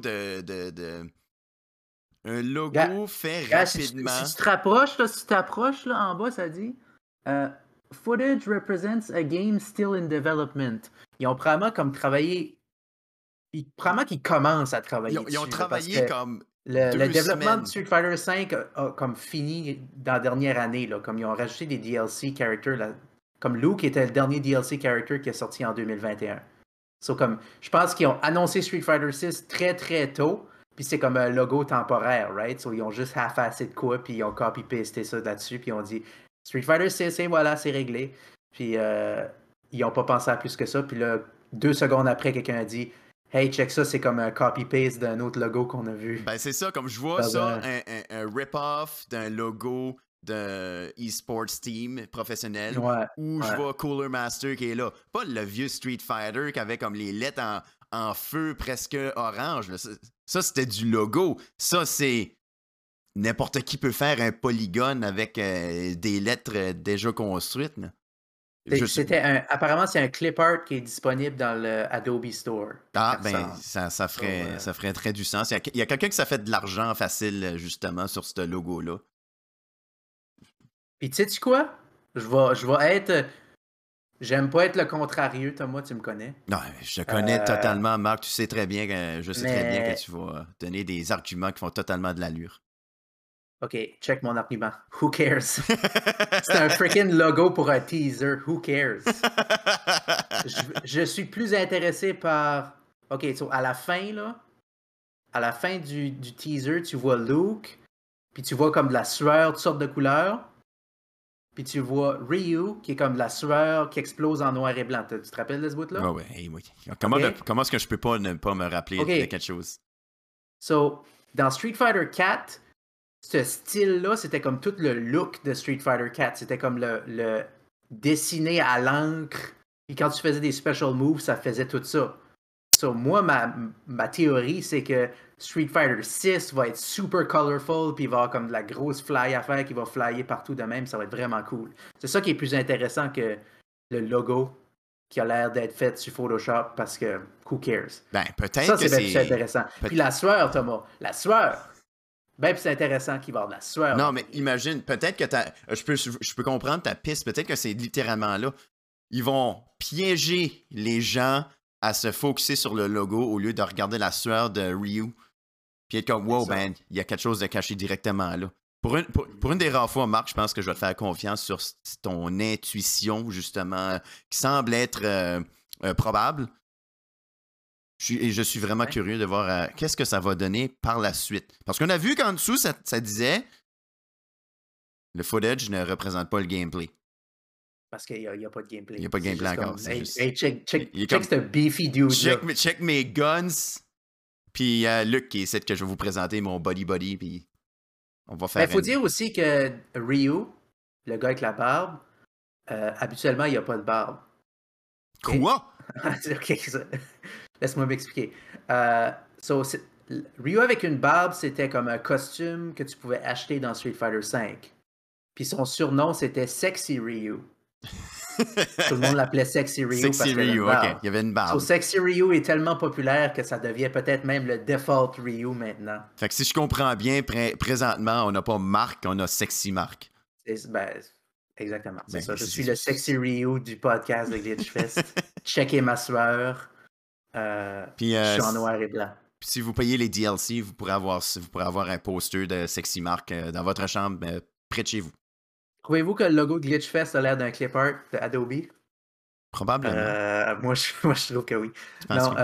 un Ga- logo fait Si rapidement. tu te rapproches, là, si tu t'approches, là, en bas, ça dit euh, Footage represents a game still in development. Ils ont probablement comme travaillé. Probablement qu'ils commencent à travailler Ils ont dessus. Là, parce travaillé que comme le 2 développement semaines. de Street Fighter V a comme fini dans la dernière année. Là, comme ils ont rajouté des DLC characters. Là, comme Luke était le dernier DLC character qui est sorti en 2021. So, comme, je pense qu'ils ont annoncé Street Fighter 6 très très tôt. Puis c'est comme un logo temporaire, right? So, ils ont juste half-assé de quoi, puis ils ont copy-pasté ça là-dessus, puis ils ont dit Street Fighter 6, et voilà, c'est réglé. Puis ils n'ont pas pensé à plus que ça. Puis là, 2 secondes après, quelqu'un a dit hey, check ça, c'est comme un copy-paste d'un autre logo qu'on a vu. Ben, c'est ça, comme je vois ça, un rip-off d'un logo d'un e-sports team professionnel Ouais, où je ouais. vois Cooler Master qui est là. Pas le vieux Street Fighter qui avait comme les lettres en feu presque orange. Là. Ça, c'était du logo. Ça, c'est. N'importe qui peut faire un polygone avec des lettres déjà construites. Là. Apparemment, c'est un clip art qui est disponible dans le Adobe Store. Ah, ben, ça ferait très du sens. Il y a quelqu'un qui s'est fait de l'argent facile, justement, sur ce logo-là. Puis, tu sais-tu quoi? Je vais être. J'aime pas être le contrarieux, Thomas, tu me connais. Non, je te connais totalement, Marc. Tu sais très bien je sais très bien que mais- tu vas donner des arguments qui font totalement de l'allure. Ok, check mon argument. Who cares? C'est un freaking logo pour un teaser. Who cares? Je suis plus intéressé par. Ok, so à la fin, là, à la fin du teaser, tu vois Luke, puis tu vois comme de la sueur, toutes sortes de couleurs. puis tu vois Ryu, qui est comme la sueur qui explose en noir et blanc. Tu te rappelles de ce bout-là? Ouais. Oui. Comment est-ce que je peux pas ne pas me rappeler de quelque chose? So, dans Street Fighter 4, ce style-là, c'était comme tout le look de Street Fighter 4. C'était comme le dessiné à l'encre. Puis quand tu faisais des special moves, ça faisait tout ça. So, moi, ma théorie, c'est que Street Fighter 6 va être super colorful, puis il va avoir comme de la grosse fly à faire qui va flyer partout de même. Ça va être vraiment cool. C'est ça qui est plus intéressant que le logo qui a l'air d'être fait sur Photoshop parce que who cares? Ben, peut-être ça, que c'est plus intéressant. Puis la sueur, Thomas. La sueur. Ben, c'est intéressant qu'il va y avoir de la sueur. Non, mais imagine, peut-être que je peux comprendre ta piste. Peut-être que c'est littéralement là. Ils vont piéger les gens à se focusser sur le logo au lieu de regarder la sueur de Ryu. Puis être comme, wow, ben, il y a quelque chose de caché directement là. Pour une des rares fois, Marc, je pense que je vais te faire confiance sur ton intuition, justement, qui semble être probable. Je suis vraiment curieux de voir qu'est-ce que ça va donner par la suite. Parce qu'on a vu qu'en dessous, ça disait le footage ne représente pas le gameplay. Parce qu'il n'y a pas de gameplay. Il n'y a pas de gameplay encore. Hey, check ce beefy dude. Check mes guns. Puis Luc qui essaie que je vais vous présenter mon body. Puis on va faire. Il faut dire aussi que Ryu, le gars avec la barbe, habituellement, il n'y a pas de barbe. Quoi? OK, laisse-moi m'expliquer. Ryu avec une barbe, c'était comme un costume que tu pouvais acheter dans Street Fighter V. Puis son surnom, c'était Sexy Ryu. Tout le monde l'appelait Sexy Ryu parce qu'il y avait une barbe. Sexy Ryu est tellement populaire que ça devient peut-être même le default Ryu maintenant. Fait que si je comprends bien, présentement, on n'a pas Marc, on a Sexy Marc. Exactement, c'est ça. Je suis le Sexy Ryu du podcast de Glitchfest. Checkez ma sueur. Puis, je suis en noir et blanc. Puis si vous payez les DLC, vous pourrez avoir un poster de Sexy Marc dans votre chambre près de chez vous. Trouvez-vous que le logo de Glitchfest a l'air d'un clip art de Adobe? Probablement. Moi, je trouve que oui. Non,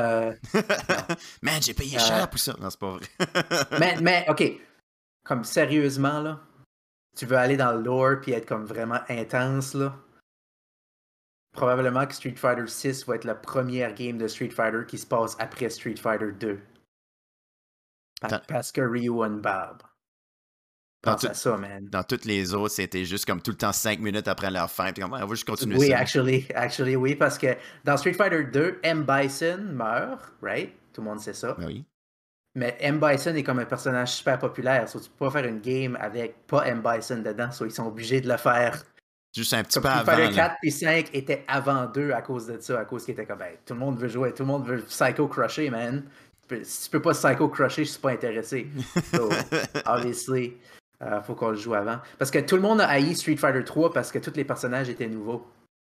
Man, j'ai payé cher pour ça. Non, c'est pas vrai. mais, OK. Comme sérieusement, là, tu veux aller dans le lore puis être comme vraiment intense, là. Probablement que Street Fighter 6 va être la première game de Street Fighter qui se passe après Street Fighter 2. Parce que Ryu a une barbe. Pense à ça, man. Dans toutes les autres, c'était juste comme tout le temps 5 minutes après leur fin. Puis on va juste continuer ça. Oui, actually, oui, parce que dans Street Fighter 2, M. Bison meurt, right? Tout le monde sait ça. Oui. Mais M. Bison est comme un personnage super populaire. So tu peux pas faire une game avec pas M. Bison dedans. So ils sont obligés de le faire. Juste un petit peu avant. Street Fighter 4 et 5 étaient avant 2 à cause de ça. À cause qu'il était comme, tout le monde veut jouer. Tout le monde veut Psycho Crusher, man. Si tu peux pas Psycho Crusher, je suis pas intéressé. So, obviously... faut qu'on le joue avant. Parce que tout le monde a haï Street Fighter 3 parce que tous les personnages étaient nouveaux.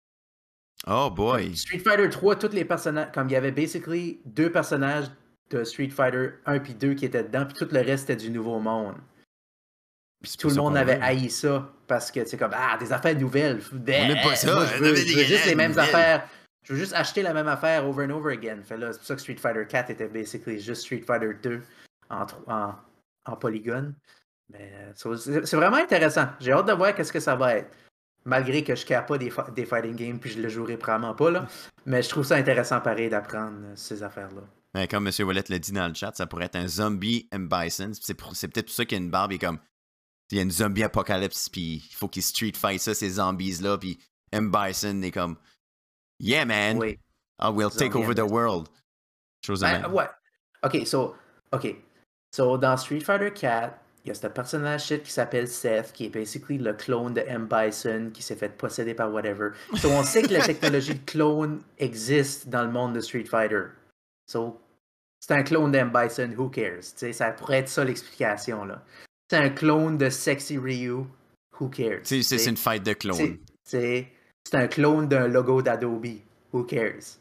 Oh boy! Street Fighter 3, tous les personnages, comme il y avait basically 2 personnages de Street Fighter 1 puis 2 qui étaient dedans, puis tout le reste était du nouveau monde. Puis tout le monde avait haï ça parce que c'est comme, des affaires nouvelles. On n'aime pas ça. Moi, je veux juste les mêmes affaires. Je veux juste acheter la même affaire over and over again. Fait là, c'est pour ça que Street Fighter 4 était basically juste Street Fighter 2 en polygone. Mais c'est vraiment intéressant. J'ai hâte de voir qu'est-ce que ça va être. Malgré que je ne capte pas des fighting games puis je le jouerai probablement pas. Là. Mais je trouve ça intéressant pareil d'apprendre ces affaires-là. Ben, comme M. Wallet l'a dit dans le chat, ça pourrait être un zombie M. Bison. C'est peut-être pour ça qu'il y a une barbe et comme il y a une zombie apocalypse puis il faut qu'il street fight ça, ces zombies-là. Puis M. Bison est comme yeah man, oui. I will take over the world. Chose de même. Ouais. OK, so dans Street Fighter 4, il y a ce personnage shit qui s'appelle Seth, qui est basically le clone de M. Bison, qui s'est fait posséder par whatever. So, on sait que la technologie de clone existe dans le monde de Street Fighter. So, c'est un clone de M. Bison, who cares? T'sais, ça pourrait être ça l'explication, là. C'est un clone de Sexy Ryu, who cares? C'est une fight de clones. C'est un clone d'un logo d'Adobe, who cares?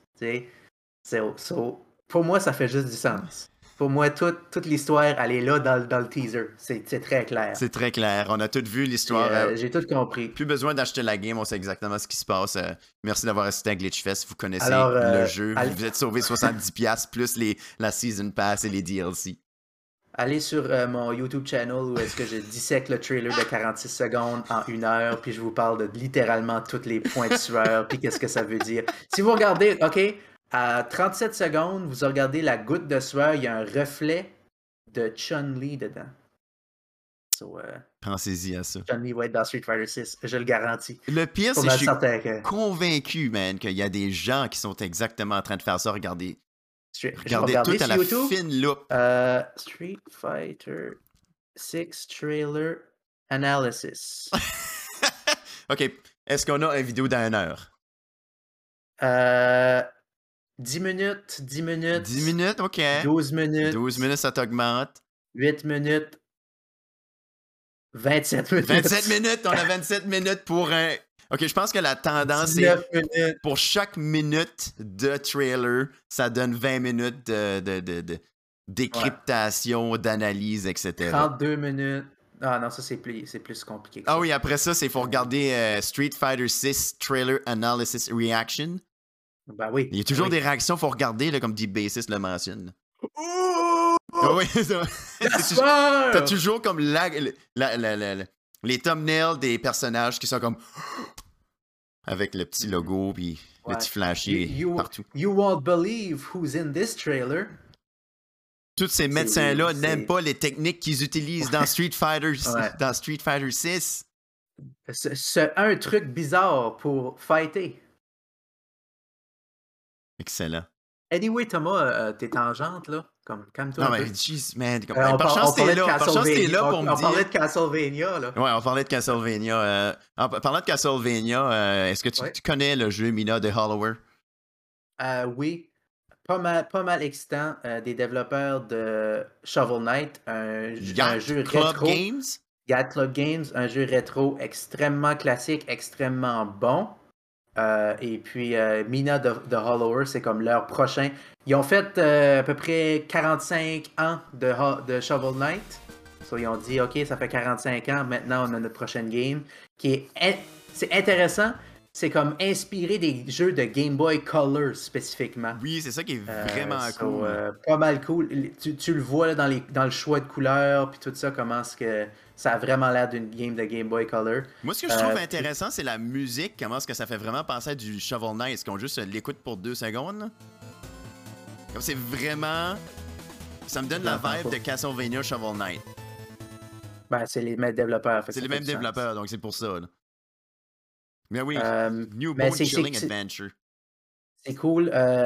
So, pour moi, ça fait juste du sens. Pour moi, toute l'histoire, elle est là dans le teaser. C'est très clair. C'est très clair. On a tout vu l'histoire. J'ai tout compris. Plus besoin d'acheter la game. On sait exactement ce qui se passe. Merci d'avoir assisté à Glitchfest. Vous connaissez le jeu. Vous êtes sauvé 70$ plus la Season Pass et les DLC. Allez sur mon YouTube channel où est-ce que je dissèque le trailer de 46 secondes en 1 heure, puis je vous parle de littéralement tous les points de sueur, puis qu'est-ce que ça veut dire. Si vous regardez, OK, à 37 secondes, vous regardez la goutte de sueur, il y a un reflet de Chun-Li dedans. So, Pensez-y à ça. Chun-Li va être dans Street Fighter 6, je le garantis. Le pire, c'est que je suis convaincu, man, qu'il y a des gens qui sont exactement en train de faire ça. Regardez tout à la YouTube, fine loupe. Street Fighter 6 trailer analysis. OK. Est-ce qu'on a une vidéo d'1 heure? 10 minutes, 10 minutes. 10 minutes, OK. 12 minutes. 12 minutes, ça t'augmente. 8 minutes. 27 minutes. 27 minutes, on a 27 minutes pour un... OK, je pense que la tendance est pour chaque minute de trailer, ça donne 20 minutes de décryptation, d'analyse, etc. 32 minutes. Ah non, ça c'est plus compliqué que ça. Ah oui, après ça, il faut regarder Street Fighter 6 Trailer Analysis Reaction. Ben oui. Il y a toujours des réactions, il faut regarder, là, comme Deep Bassist le mentionne. Ah oui, t'as toujours comme les thumbnails des personnages qui sont comme avec le petit logo puis le petit flashy partout. You won't believe who's in this trailer. Tous ces médecins-là n'aiment pas les techniques qu'ils utilisent dans Street Fighter, dans Street Fighter 6. C'est un truc bizarre pour fighter. Excellent. Anyway, Thomas, t'es tangente, là. Comme, calme-toi. Non, mais jeez, man. Par chance, t'es là pour me dire. On parlait de Castlevania, là. Ouais, on parlait de Castlevania. En parlant de Castlevania, est-ce que tu connais le jeu Mina de Hollower? Oui. Pas mal excitant. Des développeurs de Shovel Knight, un jeu rétro. Yacht Club Games, un jeu rétro extrêmement classique, extrêmement bon. Et puis Mina de Hollower, c'est comme leur prochain. Ils ont fait à peu près 45 ans de Shovel Knight. So, ils ont dit, OK, ça fait 45 ans, maintenant on a notre prochaine game. C'est intéressant, c'est comme inspiré des jeux de Game Boy Color spécifiquement. Oui, c'est ça qui est vraiment cool. Pas mal cool. Tu le vois là, dans le choix de couleurs, puis tout ça, comment est-ce que ça a vraiment l'air d'une game de Game Boy Color. Moi, ce que je trouve intéressant, c'est la musique. Comment est-ce que ça fait vraiment penser à du Shovel Knight? Est-ce qu'on juste l'écoute pour 2 secondes? Là? Comme c'est vraiment... Ça me donne la vibe de Castlevania Shovel Knight. Ben, c'est les mêmes développeurs. C'est les mêmes développeurs, donc c'est pour ça. Là. Mais oui, New Bone Chilling Adventure. C'est cool.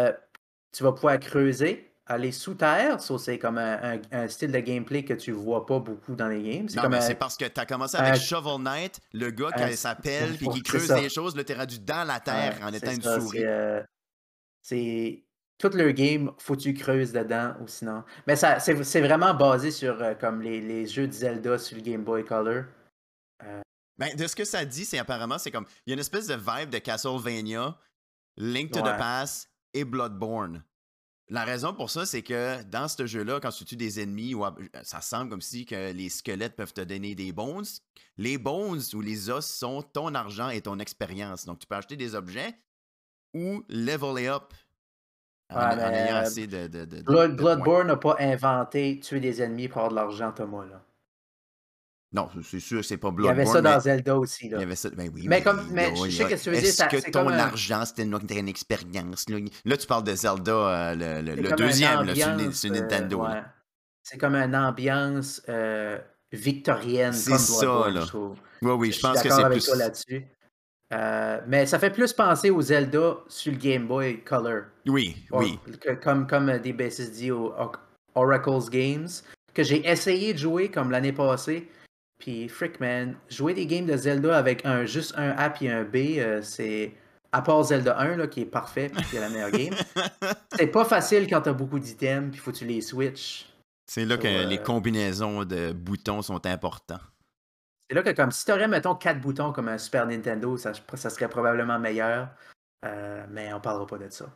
Tu vas pouvoir creuser, aller sous terre. So, c'est comme un style de gameplay que tu vois pas beaucoup dans les games. C'est parce que tu as commencé avec Shovel Knight, le gars qui s'appelle et qui creuse des choses. Là, t'es rendu dans la terre en étant une souris. C'est... Tout leur game, faut que tu creuses dedans ou sinon. Mais ça, c'est vraiment basé sur comme les jeux de Zelda sur le Game Boy Color. Ben, de ce que ça dit, c'est apparemment, c'est comme. Il y a une espèce de vibe de Castlevania, Link to the Past et Bloodborne. La raison pour ça, c'est que dans ce jeu-là, quand tu tues des ennemis, ça semble comme si que les squelettes peuvent te donner des bones. Les bones ou les os sont ton argent et ton expérience. Donc, tu peux acheter des objets ou leveler up. En ayant assez de Bloodborne n'a pas inventé tuer des ennemis pour avoir de l'argent, Thomas. Là. Non, c'est sûr, c'est pas Bloodborne. Il y avait ça dans Zelda aussi. Là. Il y avait ça. Ben oui. Mais je sais que tu veux dire. Est-ce que ton argent, c'était une expérience? Là, tu parles de Zelda, le deuxième, sur Nintendo. Ouais. C'est comme une ambiance victorienne. C'est comme ça, Bloodborne, là. Je trouve. Oui, je pense que c'est avec toi là-dessus. Mais ça fait plus penser au Zelda sur le Game Boy Color. Oui. Comme des bassistes dit au Oracle's Games, que j'ai essayé de jouer comme l'année passée. Puis, frick man, jouer des games de Zelda avec juste un A et un B, c'est... À part Zelda 1, là, qui est parfait, puis qui est la meilleure game. C'est pas facile quand t'as beaucoup d'items, puis faut que tu les switches. C'est là que les combinaisons de boutons sont importants. C'est là que, comme si t'aurais, mettons, 4 boutons comme un Super Nintendo, ça serait probablement meilleur. Mais on parlera pas de ça.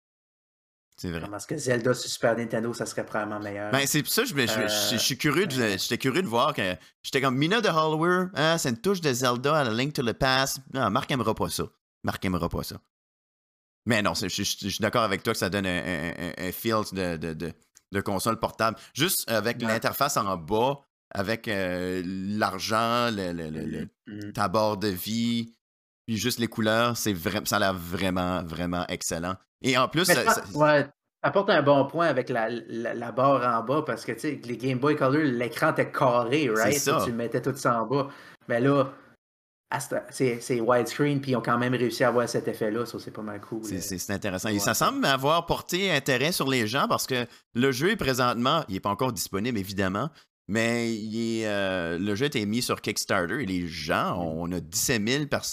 C'est vrai. Parce que Zelda sur Super Nintendo, ça serait probablement meilleur. Ben, c'est pour ça que je suis curieux j'étais curieux de voir que j'étais comme Mina de Hollower, c'est une touche de Zelda à la Link to the Past. Non, Marc aimera pas ça. Mais non, je suis d'accord avec toi que ça donne un feel de console portable. Juste avec l'interface en bas, avec l'argent, ta barre de vie, puis juste les couleurs, ça a l'air vraiment, vraiment excellent. Et en plus... ouais, ça apporte un bon point avec la barre en bas, parce que, tu sais, les Game Boy Color, l'écran était carré, right? C'est ça. Tu mettais tout ça en bas. Mais là, c'est widescreen, puis ils ont quand même réussi à avoir cet effet-là, ça, c'est pas mal cool. C'est intéressant. Et ça semble avoir porté intérêt sur les gens parce que le jeu, présentement, il n'est pas encore disponible, évidemment, mais le jeu a été mis sur Kickstarter et les gens, on a 17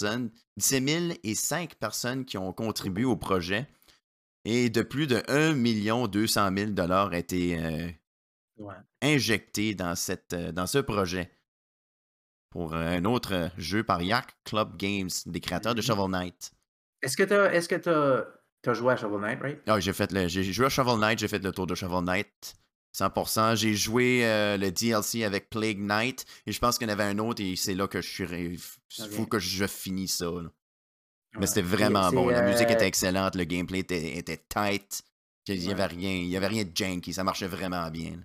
005 personnes qui ont contribué au projet et de plus de 1 200 000 $ a été injecté dans ce projet pour un autre jeu par Yacht Club Games, des créateurs de Shovel Knight. Est-ce que t'as joué à Shovel Knight, right? Ah, j'ai joué à Shovel Knight, j'ai fait le tour de Shovel Knight 100%. J'ai joué le DLC avec Plague Knight et je pense qu'il y en avait un autre et c'est là que il faut que je finisse ça. Là. Mais c'était vraiment bon. La musique était excellente, le gameplay était tight. Il n'y avait rien de janky, ça marchait vraiment bien.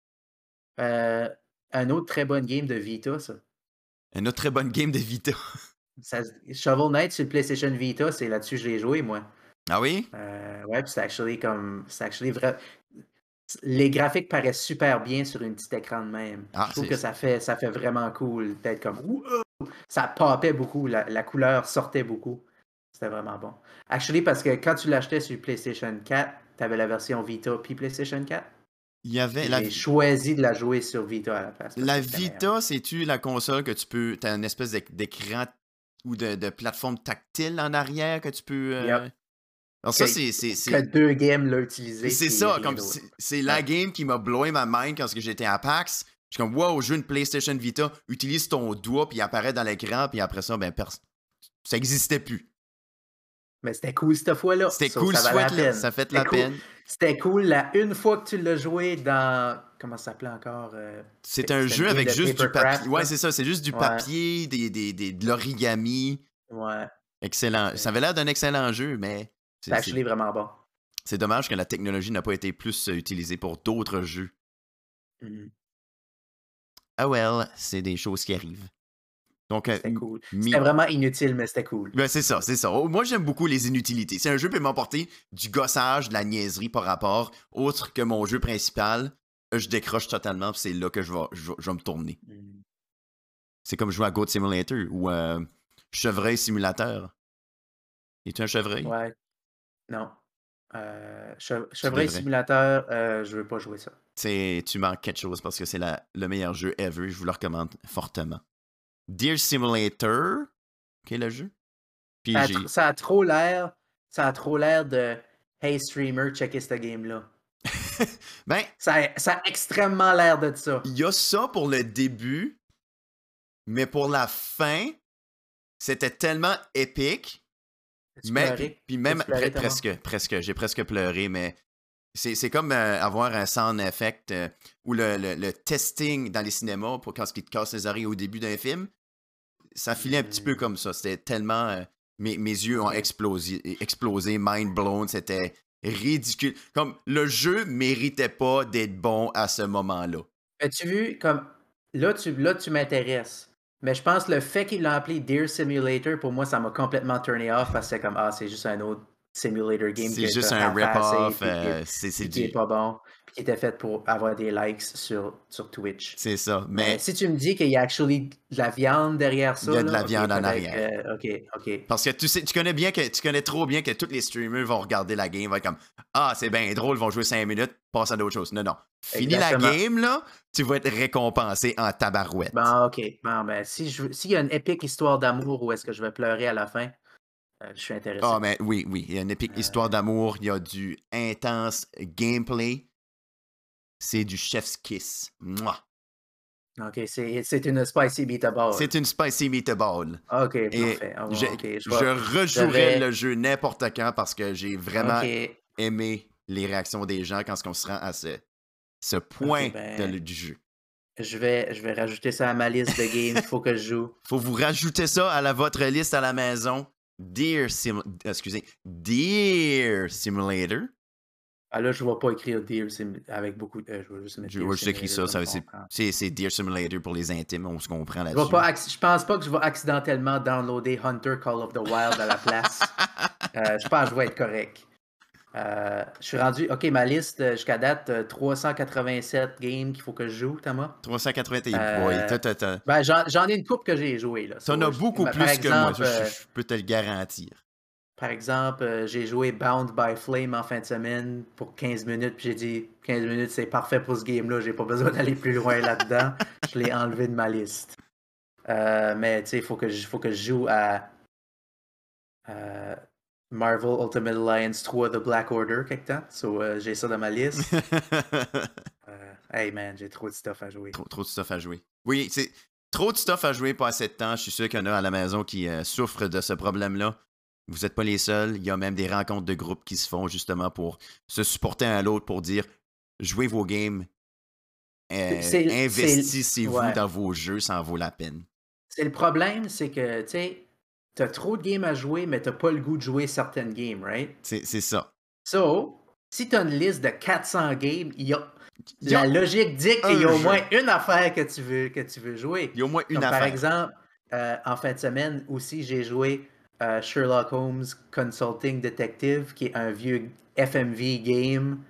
Un autre très bonne game de Vita, ça. Une autre très bonne game de Vita. Shovel Knight sur le PlayStation Vita, c'est là-dessus que je l'ai joué, moi. Ah oui? Ouais, puis c'est actually vrai. Les graphiques paraissent super bien sur un petit écran de même. Je trouve que ça fait vraiment cool d'être comme... Ça popait beaucoup, la couleur sortait beaucoup. C'était vraiment bon. Actually, parce que quand tu l'achetais sur PlayStation 4, tu avais la version Vita puis PlayStation 4. J'ai choisi de la jouer sur Vita à la place. La Vita, c'est-tu la console que tu peux... T'as une espèce d'écran ou de plateforme tactile en arrière que tu peux... Alors ça, c'est... Que 2 games l'ont utilisé. C'est ça, comme c'est la game qui m'a blowé ma mind quand j'étais à PAX. Je suis comme, wow, joue une PlayStation Vita, utilise ton doigt, puis il apparaît dans l'écran, puis après ça, ça n'existait plus. Mais c'était cool cette fois-là. C'était cool cette fois-là. Ça fait la peine. C'était cool une fois que tu l'as joué dans... Comment ça s'appelait encore? C'est un jeu avec juste du papier. Ouais, c'est ça. C'est juste du papier, de l'origami. Ouais. Excellent. Ça avait l'air d'un excellent jeu, mais... C'est actually vraiment bon. C'est dommage que la technologie n'a pas été plus utilisée pour d'autres jeux. Ah well, c'est des choses qui arrivent. Donc, c'était cool. C'était vraiment inutile, mais c'était cool. Ben, c'est ça. Moi, j'aime beaucoup les inutilités. Si un jeu peut m'apporter du gossage, de la niaiserie par rapport, autre que mon jeu principal, je décroche totalement, c'est là que je vais me tourner. C'est comme jouer à Goat Simulator ou Chevreuil Simulateur. Es-tu un chevreuil? Ouais. Non. Chevreuil Simulateur, je veux pas jouer ça. Tu manques quelque chose parce que c'est le meilleur jeu ever. Je vous le recommande fortement. Deer Simulator, ok, le jeu. Puis ça a trop l'air de Hey streamer, checker ce game-là. Ben, ça a extrêmement l'air de ça. Il y a ça pour le début, mais pour la fin, c'était tellement épique. Puis même presque, j'ai presque pleuré, mais c'est comme avoir un sound effect ou le testing dans les cinémas pour quand ils te cassent les oreilles au début d'un film. Ça filait un petit peu comme ça. C'était tellement... mes yeux ont explosé, mind blown. C'était ridicule. Comme le jeu méritait pas d'être bon à ce moment-là. As-tu vu, comme... Là, tu m'intéresses. Mais je pense que le fait qu'il l'a appelé Deer Simulator, pour moi, ça m'a complètement turné off parce que c'est comme, c'est juste un autre simulator game. C'est juste un rip-off. Qui est pas bon. Puis qui était fait pour avoir des likes sur Twitch. C'est ça. Mais si tu me dis qu'il y a actually de la viande derrière ça. Il y a de la viande en arrière. OK. Parce que tu connais trop bien que tous les streamers vont regarder la game, vont être comme c'est bien drôle, ils vont jouer 5 minutes, passe à d'autres choses. Non. Finis la game, là, tu vas être récompensé en tabarouette. Bon, OK. Bon, ben, s'il y a une épique histoire d'amour où est-ce que je vais pleurer à la fin, je suis intéressé. Mais oui. Il y a une épique histoire d'amour, il y a du intense gameplay. C'est du chef's kiss. Mouah. OK, c'est une spicy meatball. C'est une spicy meatball. OK, parfait. Je rejouerai le jeu n'importe quand parce que j'ai vraiment aimé les réactions des gens quand on se rend à ce point du jeu. Je vais rajouter ça à ma liste de games. Il faut que je joue. Faut vous rajouter ça à votre liste à la maison. Deer Simulator. Ah là, je ne vais pas écrire Deer avec beaucoup de. Je vais juste mettre Deer Je t'écris ça, Simulator. c'est Deer Simulator pour les intimes, on se comprend Je là-dessus. pense pas que je vais accidentellement downloader Hunter Call of the Wild à la place. Je pense que je vais être correct. Je suis rendu. OK, ma liste jusqu'à date, 387 games qu'il faut que je joue, Thomas. 380 boy. Ben, j'en ai une couple que j'ai joué. Là. T'en as beaucoup plus que moi, ça, je peux te le garantir. Par exemple, j'ai joué Bound by Flame en fin de semaine pour 15 minutes, puis j'ai dit 15 minutes, c'est parfait pour ce game-là, j'ai pas besoin d'aller plus loin là-dedans. Je l'ai enlevé de ma liste. Mais tu sais, il faut que je joue à Marvel Ultimate Alliance 3 The Black Order quelque temps. So, j'ai ça dans ma liste. Hey man, j'ai trop de stuff à jouer. Trop de stuff à jouer. Oui, c'est trop de stuff à jouer, pas assez de temps. Je suis sûr qu'il y en a à la maison qui souffrent de ce problème-là. Vous n'êtes pas les seuls. Il y a même des rencontres de groupe qui se font justement pour se supporter un à l'autre pour dire jouez vos games, investissez-vous dans vos jeux, ça en vaut la peine. C'est le problème, c'est que tu sais, t'as trop de games à jouer, mais t'as pas le goût de jouer certaines games, right? C'est ça. So, si t'as une liste de 400 games, la logique dit qu'il y a au moins une affaire que tu veux jouer. Il y a au moins une affaire. Par exemple, en fin de semaine aussi, j'ai joué Sherlock Holmes Consulting Detective, qui est un vieux FMV game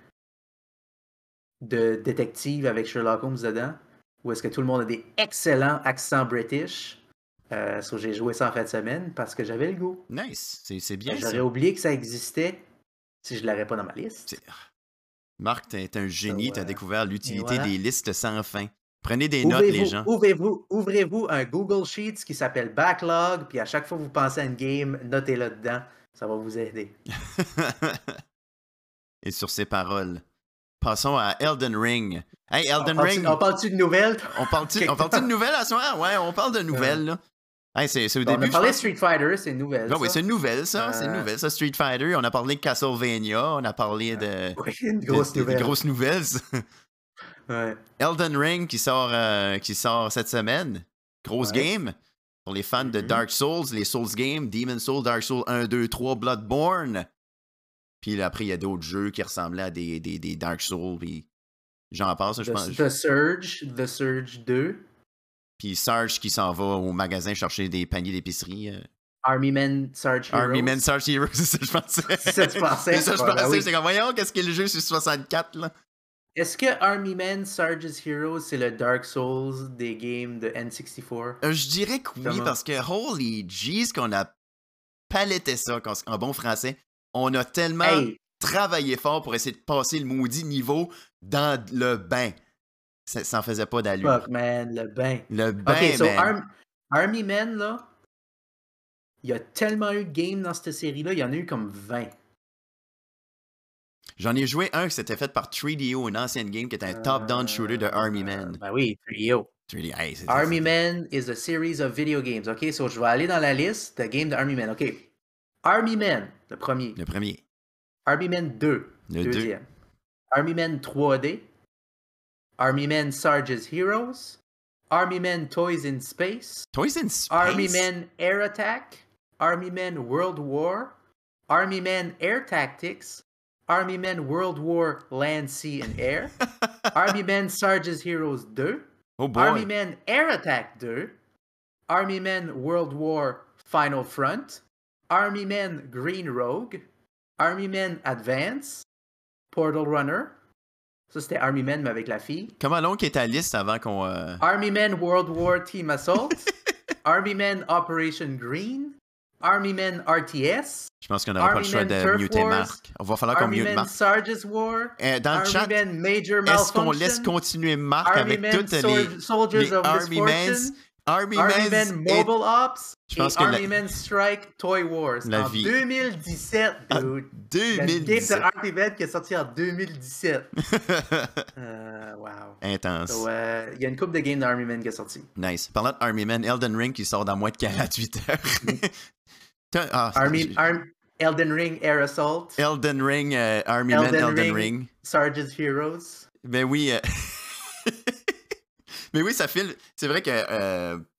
de détective avec Sherlock Holmes dedans, où est-ce que tout le monde a des excellents accents british. So j'ai joué ça en fin de semaine parce que j'avais le goût. Nice, c'est bien. J'aurais oublié que ça existait si je ne l'aurais pas dans ma liste. Marc, t'es un génie, t'as découvert l'utilité des listes sans fin. Prenez des notes, les gens. Ouvrez-vous un Google Sheets qui s'appelle Backlog, puis à chaque fois que vous pensez à une game, notez-le dedans. Ça va vous aider. Et sur ces paroles, passons à Elden Ring. Hey, Elden Ring. On parle-tu de nouvelles? On parle-tu de nouvelles à ce moment? Ouais, on parle de nouvelles, là. Hey, c'est au début. On a parlé de Street Fighter, c'est une nouvelle. Oui, c'est une nouvelle, ça. C'est une nouvelle, ça, Street Fighter. On a parlé de Castlevania. On a parlé de. Oui, une grosse nouvelle. Des grosses nouvelles. Ouais. Elden Ring qui sort cette semaine. Grosse game. Pour les fans de Dark Souls, les Souls games, Demon's Souls, Dark Souls 1, 2, 3, Bloodborne. Puis là, après, il y a d'autres jeux qui ressemblaient à des Dark Souls. Puis j'en passe, je pense. The Surge 2. Puis Sarge qui s'en va au magasin chercher des paniers d'épicerie. Army Men Sarge Heroes. Army Men Sarge Heroes, c'est ça que je pensais. C'est ça que tu pensais? C'est ça que je pensais. J'étais comme, voyons, qu'est-ce qu'est le jeu sur 64, là? Est-ce que Army Men Sarge's Heroes, c'est le Dark Souls des games de N64? Je dirais que oui, parce que holy jeez qu'on a paletté ça en bon français. On a tellement travaillé fort pour essayer de passer le maudit niveau dans le bain. Ça en faisait pas d'allure. Fuck, man, le bain. Le bain, OK, so Army Men, là, il y a tellement eu de games dans cette série-là, il y en a eu comme 20. J'en ai joué un qui s'était fait par 3DO, une ancienne game qui était un top-down shooter de Army Men. Ben oui, 3DO. Army Men is a series of video games. OK, so je vais aller dans la liste de games de Army Men. OK. Army Men, le premier. Le premier. Army Men 2, le deuxième. Army Men 3D. Army Men Sarge's Heroes. Army Men Toys in Space. Toys in Space? Army Men Air Attack. Army Men World War. Army Men Air Tactics. Army Men World War Land, Sea and Air. Army Men Sarge's Heroes 2. Oh boy. Army Men Air Attack 2. Army Men World War Final Front. Army Men Green Rogue. Army Men Advance. Portal Runner. Ça, c'était Army Men, mais avec la fille. Comment long est ta liste avant qu'on... Army Men World War Team Assault. Army Men Operation Green. Army Men RTS. Je pense qu'on n'aura pas le choix de muter Marc. On va falloir qu'on mute Marc. Army Men Sarge's War. Dans le chat, est-ce qu'on laisse continuer Marc avec toutes les Soldiers of Misfortune? Army Men Mobile Ops. Je pense que Army Men Strike Toy Wars. En 2017, dude. 2017. Il y a une game de Army Men qui est sortie en 2017. Wow. Intense. So, il y a une couple de games d'Army Men qui est sortie. Nice. Parlant d'Army Men, Elden Ring qui sort dans moins de 48 heures. Elden Ring Air Assault. Elden Ring, Army Men, Elden Ring. Sarge's Heroes. Ben oui. Mais oui, ça file. C'est vrai que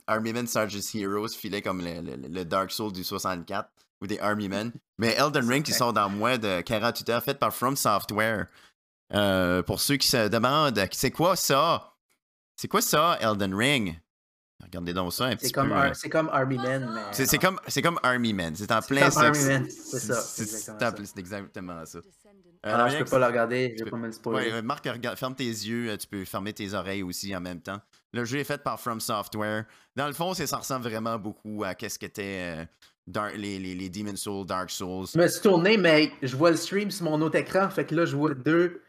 Army Men Sarge's Heroes filait comme le Dark Souls du 64 ou des Army Men. Mais Elden Ring qui sort dans moins de 48 heures, fait par From Software. Pour ceux qui se demandent, c'est quoi ça? C'est quoi ça, Elden Ring? Regardez donc ça un petit peu. C'est comme Army Men, mais... C'est comme Army Men. C'est en plein ça. Army Men, c'est ça. C'est exactement ça. Je peux pas le regarder, je vais pas me le spoiler. Ouais, Marc, ferme tes yeux, tu peux fermer tes oreilles aussi en même temps. Le jeu est fait par From Software. Dans le fond, ça ressemble vraiment beaucoup à qu'est-ce qu'était les Demon's Souls, Dark Souls. Je me suis tourné, mais je vois le stream sur mon autre écran, fait que là, je vois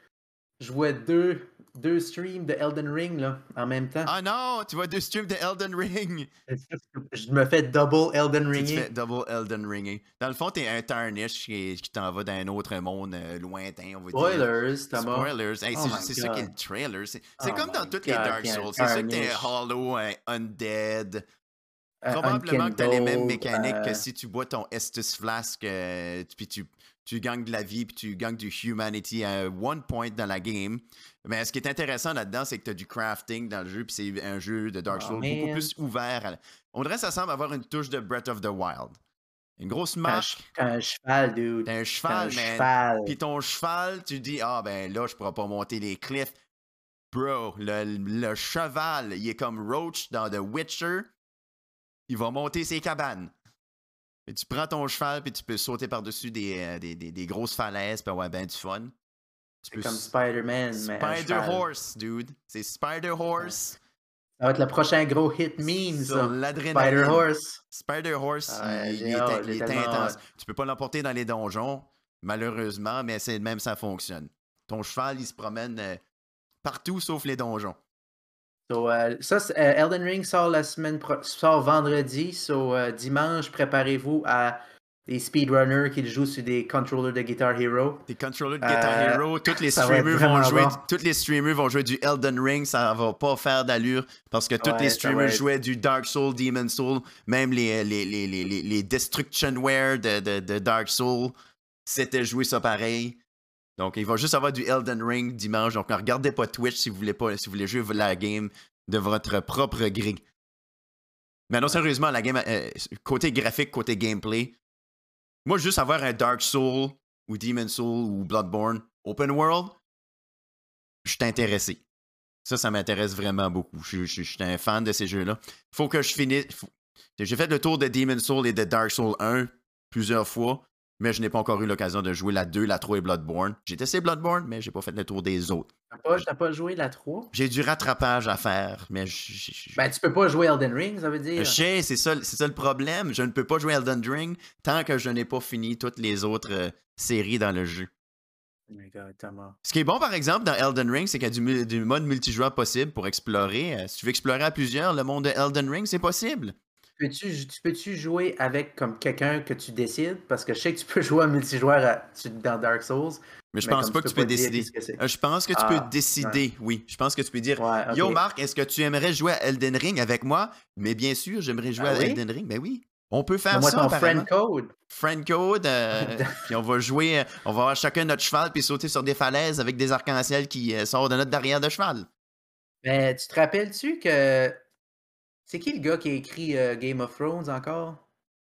deux streams de Elden Ring là, en même temps. Ah non, tu vois 2 streams de Elden Ring. Je me fais double Elden Ring. Tu fais double Elden Ring. Dans le fond, t'es un Tarnish qui t'en va dans un autre monde lointain, on va dire. Spoilers, Thomas. Spoilers. Hey, c'est ça qui est le trailer. C'est comme dans toutes les Dark Souls. C'est ça que t'es un Hollow, un Undead. Probablement que t'as les mêmes mécaniques que si tu bois ton Estus Flask, puis tu gagnes de la vie, puis tu gagnes du Humanity à one point dans la game. Mais ce qui est intéressant là-dedans, c'est que tu as du crafting dans le jeu, puis c'est un jeu de Dark Souls beaucoup plus ouvert. On dirait que ça semble avoir une touche de Breath of the Wild. Une grosse marque. T'as un cheval, dude. T'as un cheval, man. Puis ton cheval, tu dis, ah ben là, je pourrais pas monter les cliffs. Bro, le cheval, il est comme Roach dans The Witcher. Il va monter ses cabanes. Et tu prends ton cheval, puis tu peux sauter par-dessus des grosses falaises, puis avoir ben du fun. C'est comme Spider-Man, mais Spider-Horse, dude. C'est Spider-Horse. Ça va être le prochain gros hit meme, ça. L'adrénaline. Spider-Horse. Spider-Horse, il est intense. Tu peux pas l'emporter dans les donjons, malheureusement, mais c'est même ça fonctionne. Ton cheval, il se promène partout sauf les donjons. Elden Ring sort vendredi. Dimanche, préparez-vous à des speedrunners qui jouent sur des controllers de Guitar Hero. Des controllers de Guitar Hero. Tous les streamers vont jouer du Elden Ring. Ça va pas faire d'allure parce que tous les streamers jouaient du Dark Souls, Demon's Souls, même les Destructionware de Dark Souls. C'était jouer ça pareil. Donc, il va juste avoir du Elden Ring dimanche. Donc, ne regardez pas Twitch si vous voulez jouer la game de votre propre gré. Mais non, sérieusement, la game, côté graphique, côté gameplay, moi, juste avoir un Dark Soul ou Demon's Soul ou Bloodborne open world, je suis intéressé. Ça m'intéresse vraiment beaucoup. Je suis un fan de ces jeux-là. Faut que je finisse. J'ai fait le tour de Demon's Soul et de Dark Soul 1 plusieurs fois. Mais je n'ai pas encore eu l'occasion de jouer la 2, la 3 et Bloodborne. J'ai testé Bloodborne, mais j'ai pas fait le tour des autres. T'as pas joué la 3? J'ai du rattrapage à faire, mais Ben, tu peux pas jouer Elden Ring, ça veut dire? Je sais, c'est ça le problème. Je ne peux pas jouer Elden Ring tant que je n'ai pas fini toutes les autres séries dans le jeu. Oh my God, Thomas. Ce qui est bon, par exemple, dans Elden Ring, c'est qu'il y a du mode multijoueur possible pour explorer. Si tu veux explorer à plusieurs, le monde de Elden Ring, c'est possible. Peux-tu jouer avec comme quelqu'un que tu décides? Parce que je sais que tu peux jouer en multijoueur dans Dark Souls. Mais je pense pas que tu peux décider. Je pense que tu peux décider, oui. Je pense que tu peux dire Yo Marc, est-ce que tu aimerais jouer à Elden Ring avec moi? Mais bien sûr, j'aimerais jouer à Elden Ring. Ben oui. On peut faire ça. Friend code. Friend code. Puis on va jouer, on va avoir chacun notre cheval puis sauter sur des falaises avec des arcs-en-ciel qui sortent de notre derrière de cheval. Mais tu te rappelles-tu que. C'est qui le gars qui a écrit Game of Thrones encore?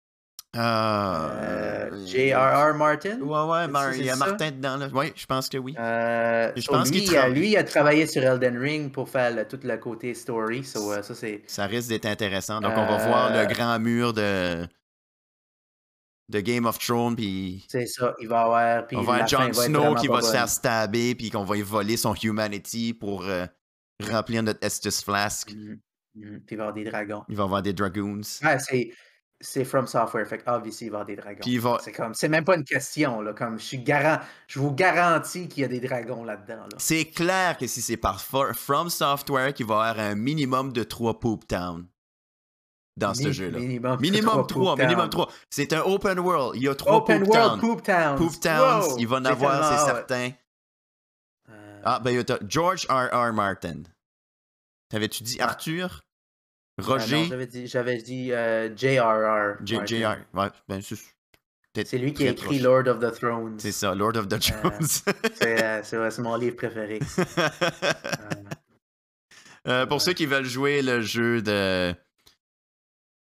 J.R.R. Martin? Ouais, il y a Martin dedans. Là. Oui, je pense que oui. Lui, il a travaillé sur Elden Ring pour faire tout le côté story. Ça risque d'être intéressant. Donc, on va voir le grand mur de Game of Thrones. Puis c'est ça, il va avoir... On va avoir Jon Snow qui va se faire stabber puis qu'on va y voler son Humanity pour remplir notre Estus Flask. Puis il va y avoir des dragons. Il va y avoir des Dragoons. C'est From Software, fait obviously il va y avoir des dragons. C'est même pas une question, là, comme je vous garantis qu'il y a des dragons là-dedans. Là. C'est clair que si c'est par From Software qu'il va y avoir un minimum de 3 Poop Town dans ce jeu-là. Minimum 3. C'est un open world. Il y a 3 Poop Towns. Poop Towns, il va en avoir, c'est certain. Ben il y a George R.R. Martin. T'avais-tu dit Arthur? Roger? Non, j'avais dit J.R.R. J.R. Ouais, ben c'est lui qui a écrit Lord of the Thrones. C'est ça, Lord of the Thrones. C'est mon livre préféré. Pour ceux qui veulent jouer le jeu de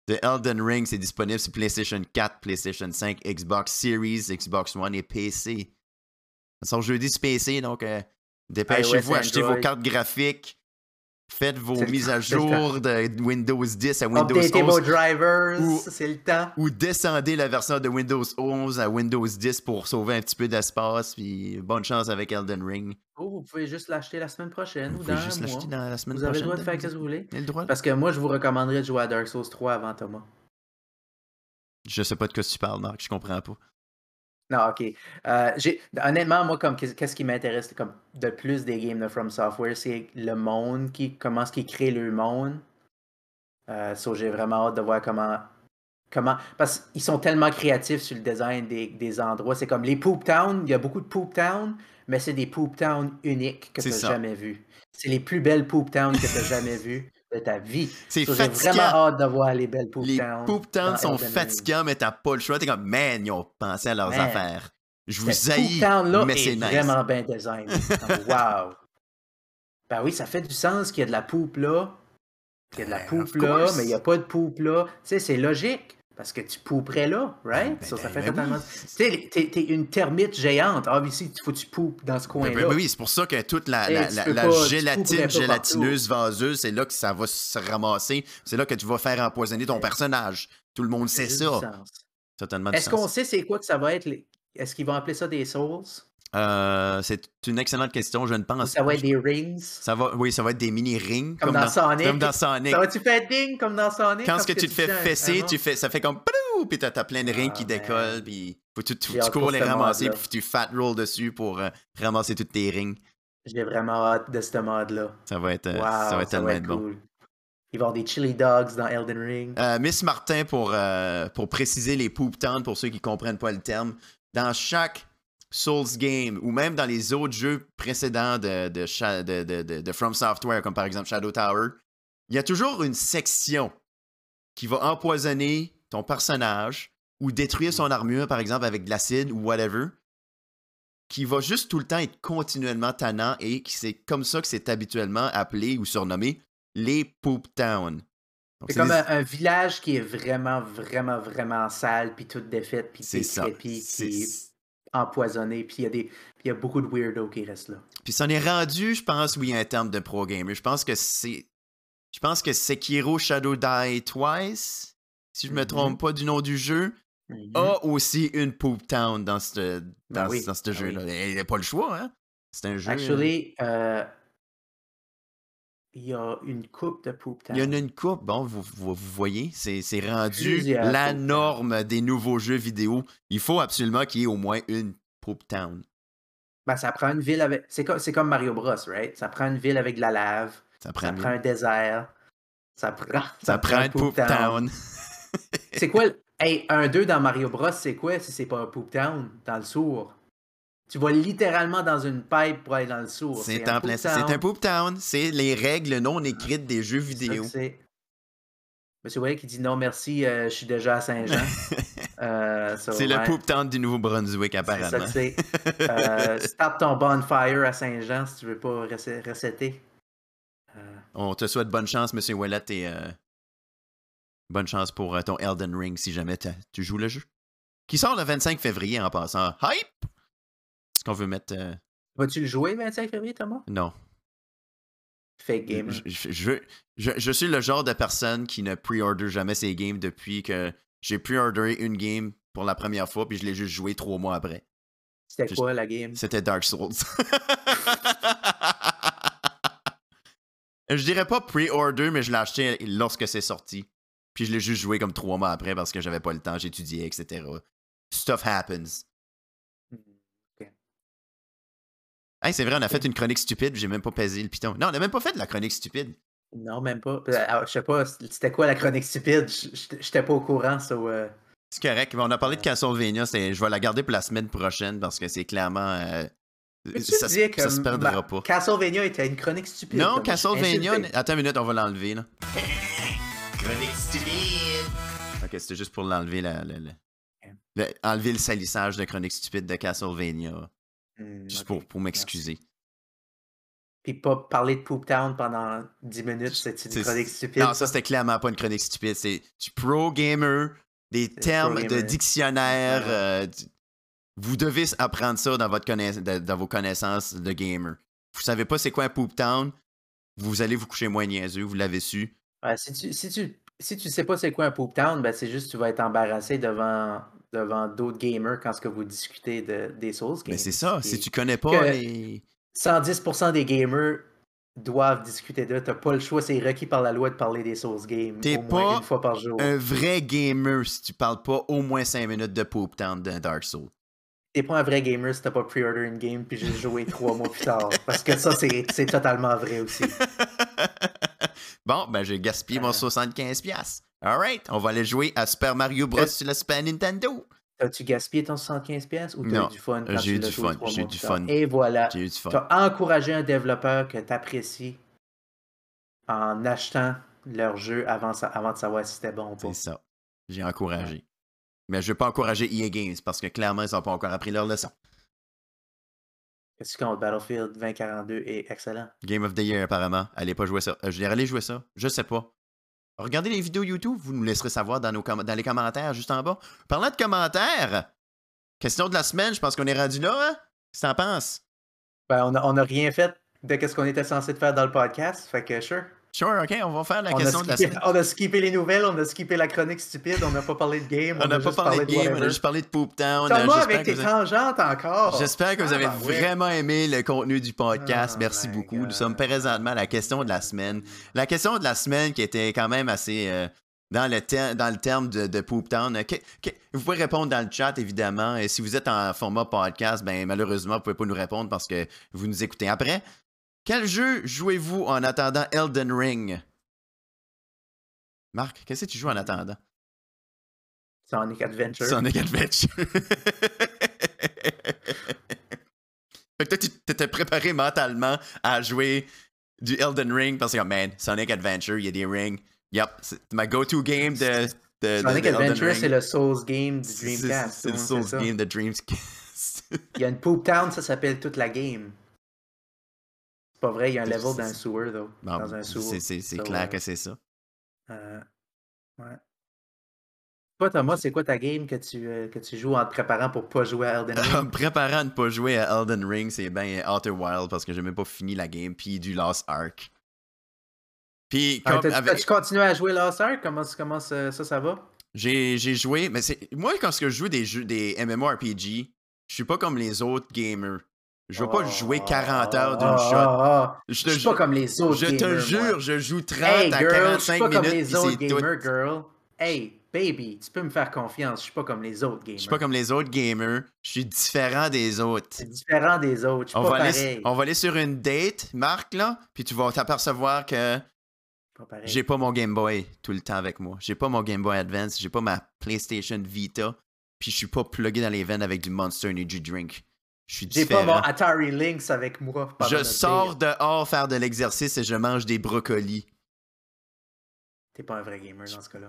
The Elden Ring, c'est disponible sur PlayStation 4, PlayStation 5, Xbox Series, Xbox One et PC. Ça sort jeudi sur PC, donc dépêchez-vous, achetez vos cartes graphiques, faites vos mises à jour de Windows 10 à Windows 11. Updatez vos drivers, c'est le temps. Ou descendez la version de Windows 11 à Windows 10 pour sauver un petit peu d'espace, puis bonne chance avec Elden Ring. Oh, vous pouvez juste l'acheter la semaine prochaine ou dans un mois. Vous avez le droit de faire ce que vous voulez. Le droit. Parce que moi, je vous recommanderais de jouer à Dark Souls 3 avant Thomas. Je sais pas de quoi tu parles, Marc, je comprends pas. Non, ok. Honnêtement, moi, comme qu'est-ce qui m'intéresse comme de plus des games de From Software, c'est le monde, comment est-ce qu'ils créent le monde. J'ai vraiment hâte de voir comment. Parce qu'ils sont tellement créatifs sur le design des endroits. C'est comme les Poop Town, il y a beaucoup de Poop Town, mais c'est des Poop Town uniques que tu n'as jamais vues. C'est les plus belles Poop Town que tu n'as jamais vues de ta vie. C'est fatigant. J'ai vraiment hâte de voir les belles Poop Town. Les Poop Town sont fatigants, mais t'as pas le choix. T'es comme, man, ils ont pensé à leurs affaires. Je vous haïs, mais c'est nice. Vraiment bien design. Wow! Ben oui, ça fait du sens qu'il y a de la poupe là. Il y a de la poupe là, mais il n'y a pas de poupe là. Tu sais, c'est logique. Parce que tu pouperais là, right? Ça fait totalement... Tu sais, t'es une termite géante. Ah, ici, il faut que tu poupes dans ce coin-là. Oui, c'est pour ça que toute la gélatine gélatineuse vaseuse, c'est là que ça va se ramasser. C'est là que tu vas faire empoisonner ton personnage. Tout le monde sait ça. Est-ce qu'on sait c'est quoi que ça va être? Est-ce qu'ils vont appeler ça des Souls? C'est une excellente question, je ne pense pas. Ça va être des rings? Oui, ça va être des mini-rings. Comme dans Sonic. Comme dans Sonic. Ça va-tu faire ding comme dans Sonic? Quand tu te fais fesser, ça fait comme... Puis t'as plein de rings qui décollent, puis tu cours les ramasser, puis tu fat roll dessus pour ramasser toutes tes rings. J'ai vraiment hâte de ce mode-là. Ça va être tellement bon. Cool. Il va y avoir des chili dogs dans Elden Ring. Miss Martin, pour préciser les Poop Town, pour ceux qui ne comprennent pas le terme, dans chaque Souls game, ou même dans les autres jeux précédents de From Software, comme par exemple Shadow Tower, il y a toujours une section qui va empoisonner ton personnage ou détruire son armure, par exemple, avec de l'acide ou whatever, qui va juste tout le temps être continuellement tannant et c'est comme ça que c'est habituellement appelé ou surnommé les Poop Town. C'est comme un village qui est vraiment, vraiment, vraiment sale, puis tout défait, puis décrépit, puis empoisonné, puis il y a beaucoup de weirdos qui restent là. Puis ça en est rendu, je pense, oui, un terme de pro gamer. Je pense que Sekiro Shadow Die Twice, si je me trompe pas du nom du jeu, a aussi une Poop Town dans ce jeu-là. Il n'y a pas le choix, hein? C'est un jeu... Actually, il y a une coupe de Poop Town. Il y en a une coupe, bon, vous voyez, c'est rendu la norme des nouveaux jeux vidéo. Il faut absolument qu'il y ait au moins une Poop Town. Ben, ça prend une ville avec... C'est comme Mario Bros, right? Ça prend une ville avec de la lave. Ça prend un désert. Ça prend une Poop Town. C'est quoi... Hey, un 2 dans Mario Bros, c'est quoi si c'est pas un Poop Town dans le sourd? Tu vas littéralement dans une pipe pour aller dans le sourd. C'est un Poop Town. C'est les règles non écrites des jeux vidéo. Monsieur Wade qui dit non merci, je suis déjà à Saint-Jean. C'est le Poop Town du Nouveau-Brunswick, apparemment. C'est ça que c'est. Start ton bonfire à Saint-Jean si tu veux pas resetter. On te souhaite bonne chance, Monsieur Ouellet, et bonne chance pour ton Elden Ring si jamais tu joues le jeu. Qui sort le 25 février en passant. Hype! Est-ce qu'on veut mettre... Vas-tu le jouer le 25 février, Thomas? Non. Fake game. Je suis le genre de personne qui ne pre-order jamais ses games depuis que j'ai pre-orderé une game pour la première fois, puis je l'ai juste joué 3 mois après. C'était quoi la game? C'était Dark Souls. Je dirais pas pre-order, mais je l'ai acheté lorsque c'est sorti. Puis je l'ai juste joué comme 3 mois après parce que j'avais pas le temps, j'étudiais, etc. Stuff happens. Okay. Hey, c'est vrai, on a fait une chronique stupide, j'ai même pas pesé le piton. Non, on a même pas fait de la chronique stupide. Non, même pas. Je sais pas, c'était quoi la chronique stupide? J'étais pas au courant, ça. C'est correct. On a parlé de Castlevania, je vais la garder pour la semaine prochaine parce que c'est clairement... ça se perdra pas. Castlevania était une chronique stupide. Non, Castlevania... Attends une minute, on va l'enlever, là. Chronique stupide! Ok, c'était juste pour l'enlever, enlever le salissage de chronique stupide de Castlevania. Juste pour m'excuser. Puis pas parler de Poop Town pendant 10 minutes, c'est une chronique stupide. Non, ça, c'était clairement pas une chronique stupide. C'est du pro-gamer, des termes de dictionnaire. Vous devez apprendre ça dans, dans vos connaissances de gamer. Vous savez pas c'est quoi un Poop Town, vous allez vous coucher moins niaiseux, vous l'avez su. Ouais, si tu sais pas c'est quoi un Poop Town, ben c'est juste que tu vas être embarrassé devant d'autres gamers quand vous discutez des Souls games. Mais c'est ça, si tu connais pas les... 110% des gamers doivent discuter d'eux. T'as pas le choix, c'est requis par la loi de parler des Souls games au moins une fois par jour. Un vrai gamer si tu parles pas au moins 5 minutes de Poop Town de Dark Souls. T'es pas un vrai gamer si t'as pas pre-order une game puis juste joué 3 mois plus tard. Parce que ça, c'est totalement vrai aussi. Bon, ben j'ai gaspillé mon 75$. Alright, on va aller jouer à Super Mario Bros. Sur le Super Nintendo. As-tu gaspillé ton 75$ ou t'as eu du fun quand j'ai eu du fun. J'ai eu du fun. Et voilà. J'ai eu du fun. Tu as encouragé un développeur que t'apprécies en achetant leur jeu avant de savoir si c'était bon ou pas. C'est ça. J'ai encouragé. Ouais. Mais je ne vais pas encourager EA Games parce que clairement, ils n'ont pas encore appris leur leçon. Qu'est-ce qu'on Battlefield 2042 est excellent. Game of the Year, apparemment. Allez pas jouer ça. Je vais aller jouer ça. Je sais pas. Regardez les vidéos YouTube, vous nous laisserez savoir dans les commentaires juste en bas. Parlant de commentaires, question de la semaine, je pense qu'on est rendu là, hein? Qu'est-ce que t'en penses? Ben, on a rien fait de ce qu'on était censé faire dans le podcast, fait que sure. Sure, OK, on va faire la question de la semaine. On a skippé les nouvelles, on a skippé la chronique stupide, on n'a pas parlé de game. On n'a pas parlé de game, on a juste parlé de Poop Town. Thomas avec tes tangentes encore. J'espère que vous avez vraiment aimé le contenu du podcast. Merci beaucoup. Nous sommes présentement à la question de la semaine. La question de la semaine qui était quand même assez dans le terme de Poop Town. Vous pouvez répondre dans le chat, évidemment. Et si vous êtes en format podcast, ben malheureusement, vous ne pouvez pas nous répondre parce que vous nous écoutez après. Quel jeu jouez-vous en attendant Elden Ring? Marc, qu'est-ce que tu joues en attendant? Sonic Adventure. Sonic Adventure. Fait que toi, tu t'étais préparé mentalement à jouer du Elden Ring parce que, man, Sonic Adventure, il y a des rings. Yep, c'est ma go-to game de Sonic Adventure, c'est le Souls game du Dreamcast. C'est le Souls game de Dreamcast. Il y a une Poop Town, ça s'appelle toute la game. C'est pas vrai, il y a un level dans un sewer, though. Bon, dans un sewer. C'est clair que c'est ça. Ouais. Toi, Thomas, c'est quoi ta game que tu joues en te préparant pour pas jouer à Elden Ring? En me préparant à ne pas jouer à Elden Ring, c'est bien Outer Wild parce que j'ai même pas fini la game, puis du Lost Ark. Puis, tu continues à jouer Lost Ark? Comment ça va? J'ai joué, mais moi, quand je joue des MMORPG, je suis pas comme les autres gamers. Je veux pas jouer 40 heures d'une shot. Je suis pas comme les autres gamers. Je te jure, je joue 30 à 45 minutes. Comme les autres gamers, girl. Hey, baby, tu peux me faire confiance. Je suis pas comme les autres gamers. Je suis pas comme les autres gamers. Je suis différent des autres. C'est différent des autres. Je suis pas pareil. On va aller sur une date, Marc, là, puis tu vas t'apercevoir que j'ai pas mon Game Boy tout le temps avec moi. J'ai pas mon Game Boy Advance. J'ai pas ma PlayStation Vita. Puis je suis pas plugué dans les veines avec du Monster Energy Drink. J'ai pas mon Atari Lynx avec moi. Je sors dehors faire de l'exercice et je mange des brocolis. T'es pas un vrai gamer dans ce cas-là.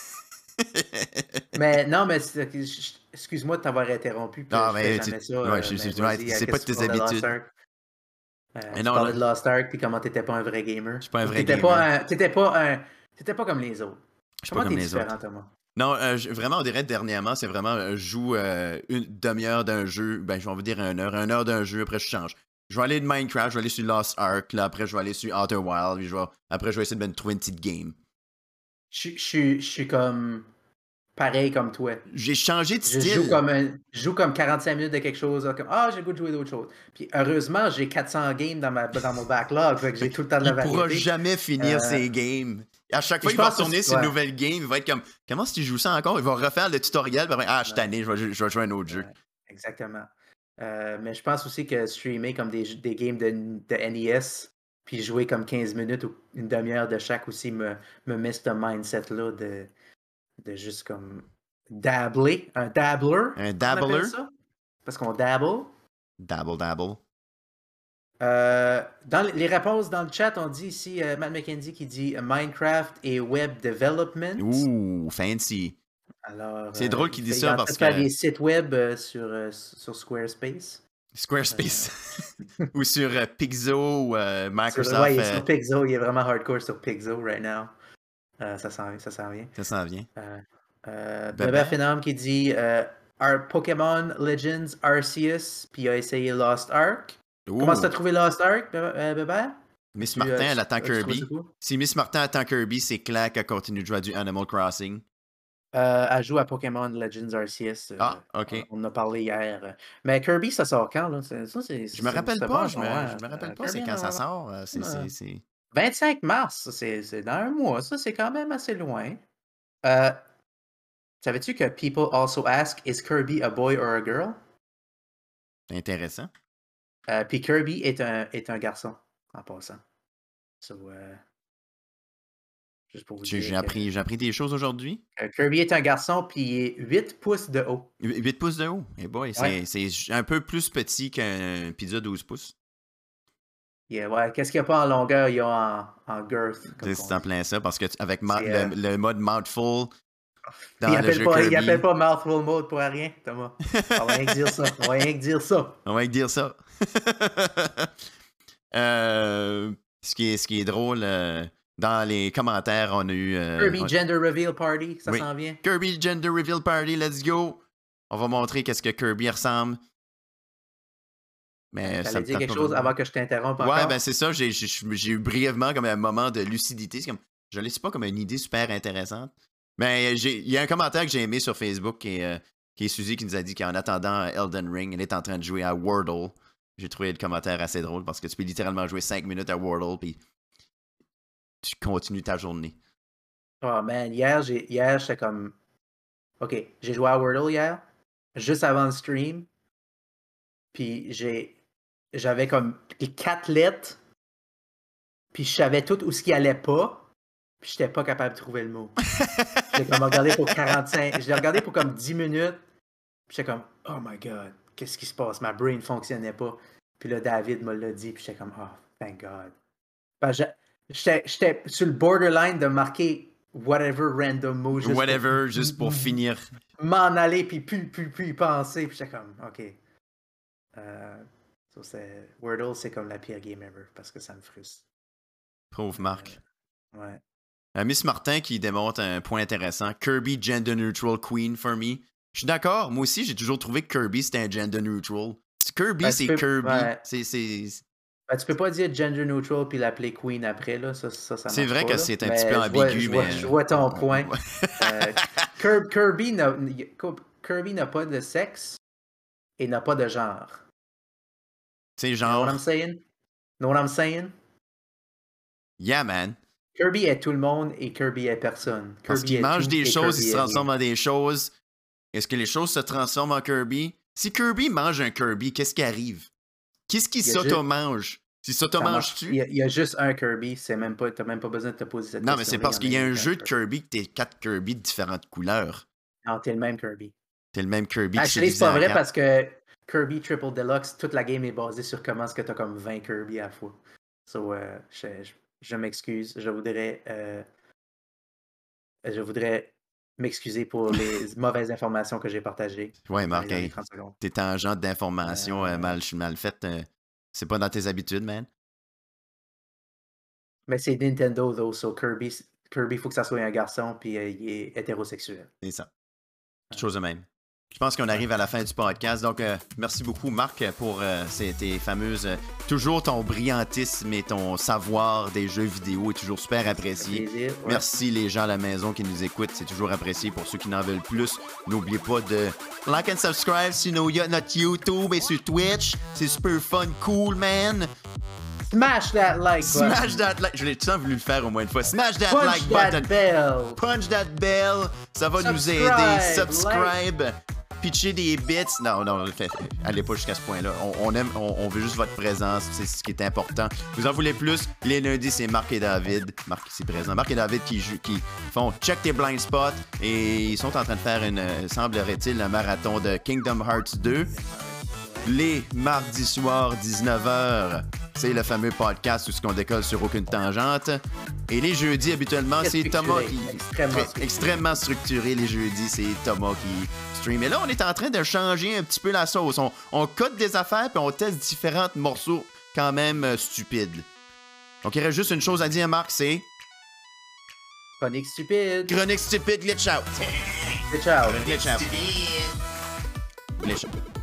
Mais non, mais excuse-moi de t'avoir interrompu. Non, mais c'est pas de tes habitudes. Tu parlais de Lost Ark puis comment t'étais pas un vrai gamer. Je suis pas un vrai gamer. T'étais pas comme les autres. Comment t'es différent, Thomas? Non, vraiment, on dirait dernièrement, c'est vraiment, je joue une demi-heure d'un jeu, ben, je vais vous dire une heure d'un jeu, après je change. Je vais aller de Minecraft, je vais aller sur Lost Ark, là, après je vais aller sur Outer Wild, puis après je vais essayer de mettre une 20 game. Je suis comme pareil comme toi. J'ai changé de style. Je joue comme 45 minutes de quelque chose, comme j'ai le goût de jouer d'autres choses. Puis heureusement, j'ai 400 games dans mon backlog, fait que j'ai tout le temps de la variété. Il pourra jamais finir ses games. À chaque fois qu'il va retourner sur une nouvelle game, il va être comme comment si tu joues ça encore? Il va refaire le tutoriel, puis après, je suis tanné, je vais jouer à un autre jeu. Exactement. Mais je pense aussi que streamer comme des games de NES, puis jouer comme 15 minutes ou une demi-heure de chaque aussi me met ce mindset-là de juste comme dabbler. Un dabbler. Un dabbler. Ça? Parce qu'on dabble. Dabble. Dans les réponses dans le chat, on dit ici Matt McKenzie qui dit Minecraft et Web Development. Ouh, fancy. Alors, c'est drôle qu'il dise ça parce que. Il fait des sites web sur Squarespace. Squarespace. Ou sur Pixo ou Microsoft. Ouais, il est sur Pixo. Il est vraiment hardcore sur Pixo right now. Ça s'en vient. Ça s'en vient. Bébé Phenom qui dit Pokémon Legends Arceus, puis il a essayé Lost Ark. Ouh. Comment t'as trouvé Lost Ark, Bébé? Miss Martin, elle attend Kirby. Si Miss Martin attend Kirby, c'est clair qu'elle continue de jouer à du Animal Crossing. Elle joue à Pokémon Legends Arceus. OK. On en a parlé hier. Mais Kirby, ça sort quand, là? Je me rappelle pas. Je me rappelle pas c'est quand ça sort. C'est 25 mars, c'est dans un mois. Ça, c'est quand même assez loin. Savais-tu que people also ask, is Kirby a boy or a girl? Intéressant. Puis Kirby est un garçon, en passant. Juste pour vous dire. J'ai appris des choses aujourd'hui. Kirby est un garçon, puis il est 8 pouces de haut. 8 pouces de haut? Eh boy, c'est un peu plus petit qu'un pizza 12 pouces. Yeah, ouais. Qu'est-ce qu'il n'y a pas en longueur, il y a en girth. C'est en plein ça, parce qu'avec le mode Mouthful, dans le jeu Kirby... Il appelle pas Mouthful Mode pour rien, Thomas. On va rien que dire ça. On va rien que dire ça. Ce qui est drôle, dans les commentaires, on a eu... Kirby Gender Reveal Party, ça s'en vient. Kirby Gender Reveal Party, let's go! On va montrer qu'est-ce que Kirby ressemble. Mais t'allais dire quelque chose avant que je t'interrompe encore? Ouais, ben c'est ça, j'ai eu brièvement comme un moment de lucidité. C'est comme, je ne laisse pas comme une idée super intéressante. Mais il y a un commentaire que j'ai aimé sur Facebook qui est Suzy qui nous a dit qu'en attendant Elden Ring, elle est en train de jouer à Wordle. J'ai trouvé le commentaire assez drôle parce que tu peux littéralement jouer 5 minutes à Wordle puis tu continues ta journée. Oh man, hier j'étais comme... OK, j'ai joué à Wordle hier, juste avant le stream. Puis j'avais comme les 4 lettres, puis je savais tout où ce qui allait pas, puis j'étais pas capable de trouver le mot. J'ai comme regardé pour 45, je l'ai regardé pour comme 10 minutes, puis j'étais comme, oh my god, qu'est-ce qui se passe? Ma brain fonctionnait pas. Puis là, David me l'a dit, puis j'étais comme, oh, thank god. J'étais sur le borderline de marquer whatever random mot. Juste pour finir. M'en aller, puis plus y penser, puis j'étais comme, ok. Wordle, c'est comme la pire game ever parce que ça me frustre. Pauvre Marc. Ouais. Miss Martin qui démontre un point intéressant. Kirby gender neutral queen for me. Je suis d'accord. Moi aussi, j'ai toujours trouvé que Kirby c'était un gender neutral. Kirby, c'est Kirby. Ouais. Tu peux pas dire gender neutral puis l'appeler queen après là. Ça c'est vrai pas, que c'est un petit peu ambigu, mais je vois ton point. Kirby n'a pas de sexe et n'a pas de genre. C'est genre. Know what I'm saying? Yeah, man. Kirby est tout le monde et Kirby est personne. Parce qu'il mange des choses, il se transforme en des choses. Est-ce que les choses se transforment en Kirby? Si Kirby mange un Kirby, qu'est-ce qui arrive? Qu'est-ce qui s'auto-mange? Si s'auto-mange-tu? Il y a juste un Kirby, t'as même pas besoin de te poser cette question. Non, mais c'est parce qu'il y a un jeu de Kirby que t'es 4 Kirby de différentes couleurs. Non, t'es le même Kirby. T'es le même Kirby. Actually, c'est pas vrai parce que Kirby Triple Deluxe, toute la game est basée sur comment est-ce que t'as comme 20 Kirby à la fois. So, je m'excuse. Je voudrais m'excuser pour les mauvaises informations que j'ai partagées. Ouais, Marc, t'es tangente d'informations mal faites. C'est pas dans tes habitudes, man. Mais c'est Nintendo, though, so Kirby, il faut que ça soit un garçon, puis il est hétérosexuel. C'est ça. Chose de même. Je pense qu'on arrive à la fin du podcast. Donc, merci beaucoup, Marc, pour tes fameuses... toujours ton brillantisme et ton savoir des jeux vidéo est toujours super apprécié. Plaisir, ouais. Merci les gens à la maison qui nous écoutent. C'est toujours apprécié. Pour ceux qui n'en veulent plus, n'oubliez pas de like and subscribe sur notre YouTube et sur Twitch. C'est super fun, cool, man. Smash that like button. Smash that like. Je l'ai tout le temps voulu le faire au moins une fois. Smash that like button. Punch that bell. Ça va nous aider. Subscribe. Pitcher des bits. Non, allez pas jusqu'à ce point-là. On veut juste votre présence. C'est ce qui est important. Vous en voulez plus? Les lundis, c'est Marc et David. Marc ici présent. Marc et David qui font Check tes blind spots. Et ils sont en train de faire semblerait-il, un marathon de Kingdom Hearts 2. Les mardis soirs, 19h. C'est le fameux podcast où on décolle sur aucune tangente. Et les jeudis, habituellement, c'est Thomas qui... Extrêmement structuré. Les jeudis, c'est Thomas qui stream. Et là, on est en train de changer un petit peu la sauce. On code des affaires puis on teste différents morceaux quand même stupides. Donc, il reste juste une chose à dire, Marc, c'est... Chronique stupide. Chronique stupide, glitch out. Glitch out. Glitch out. Glitch out.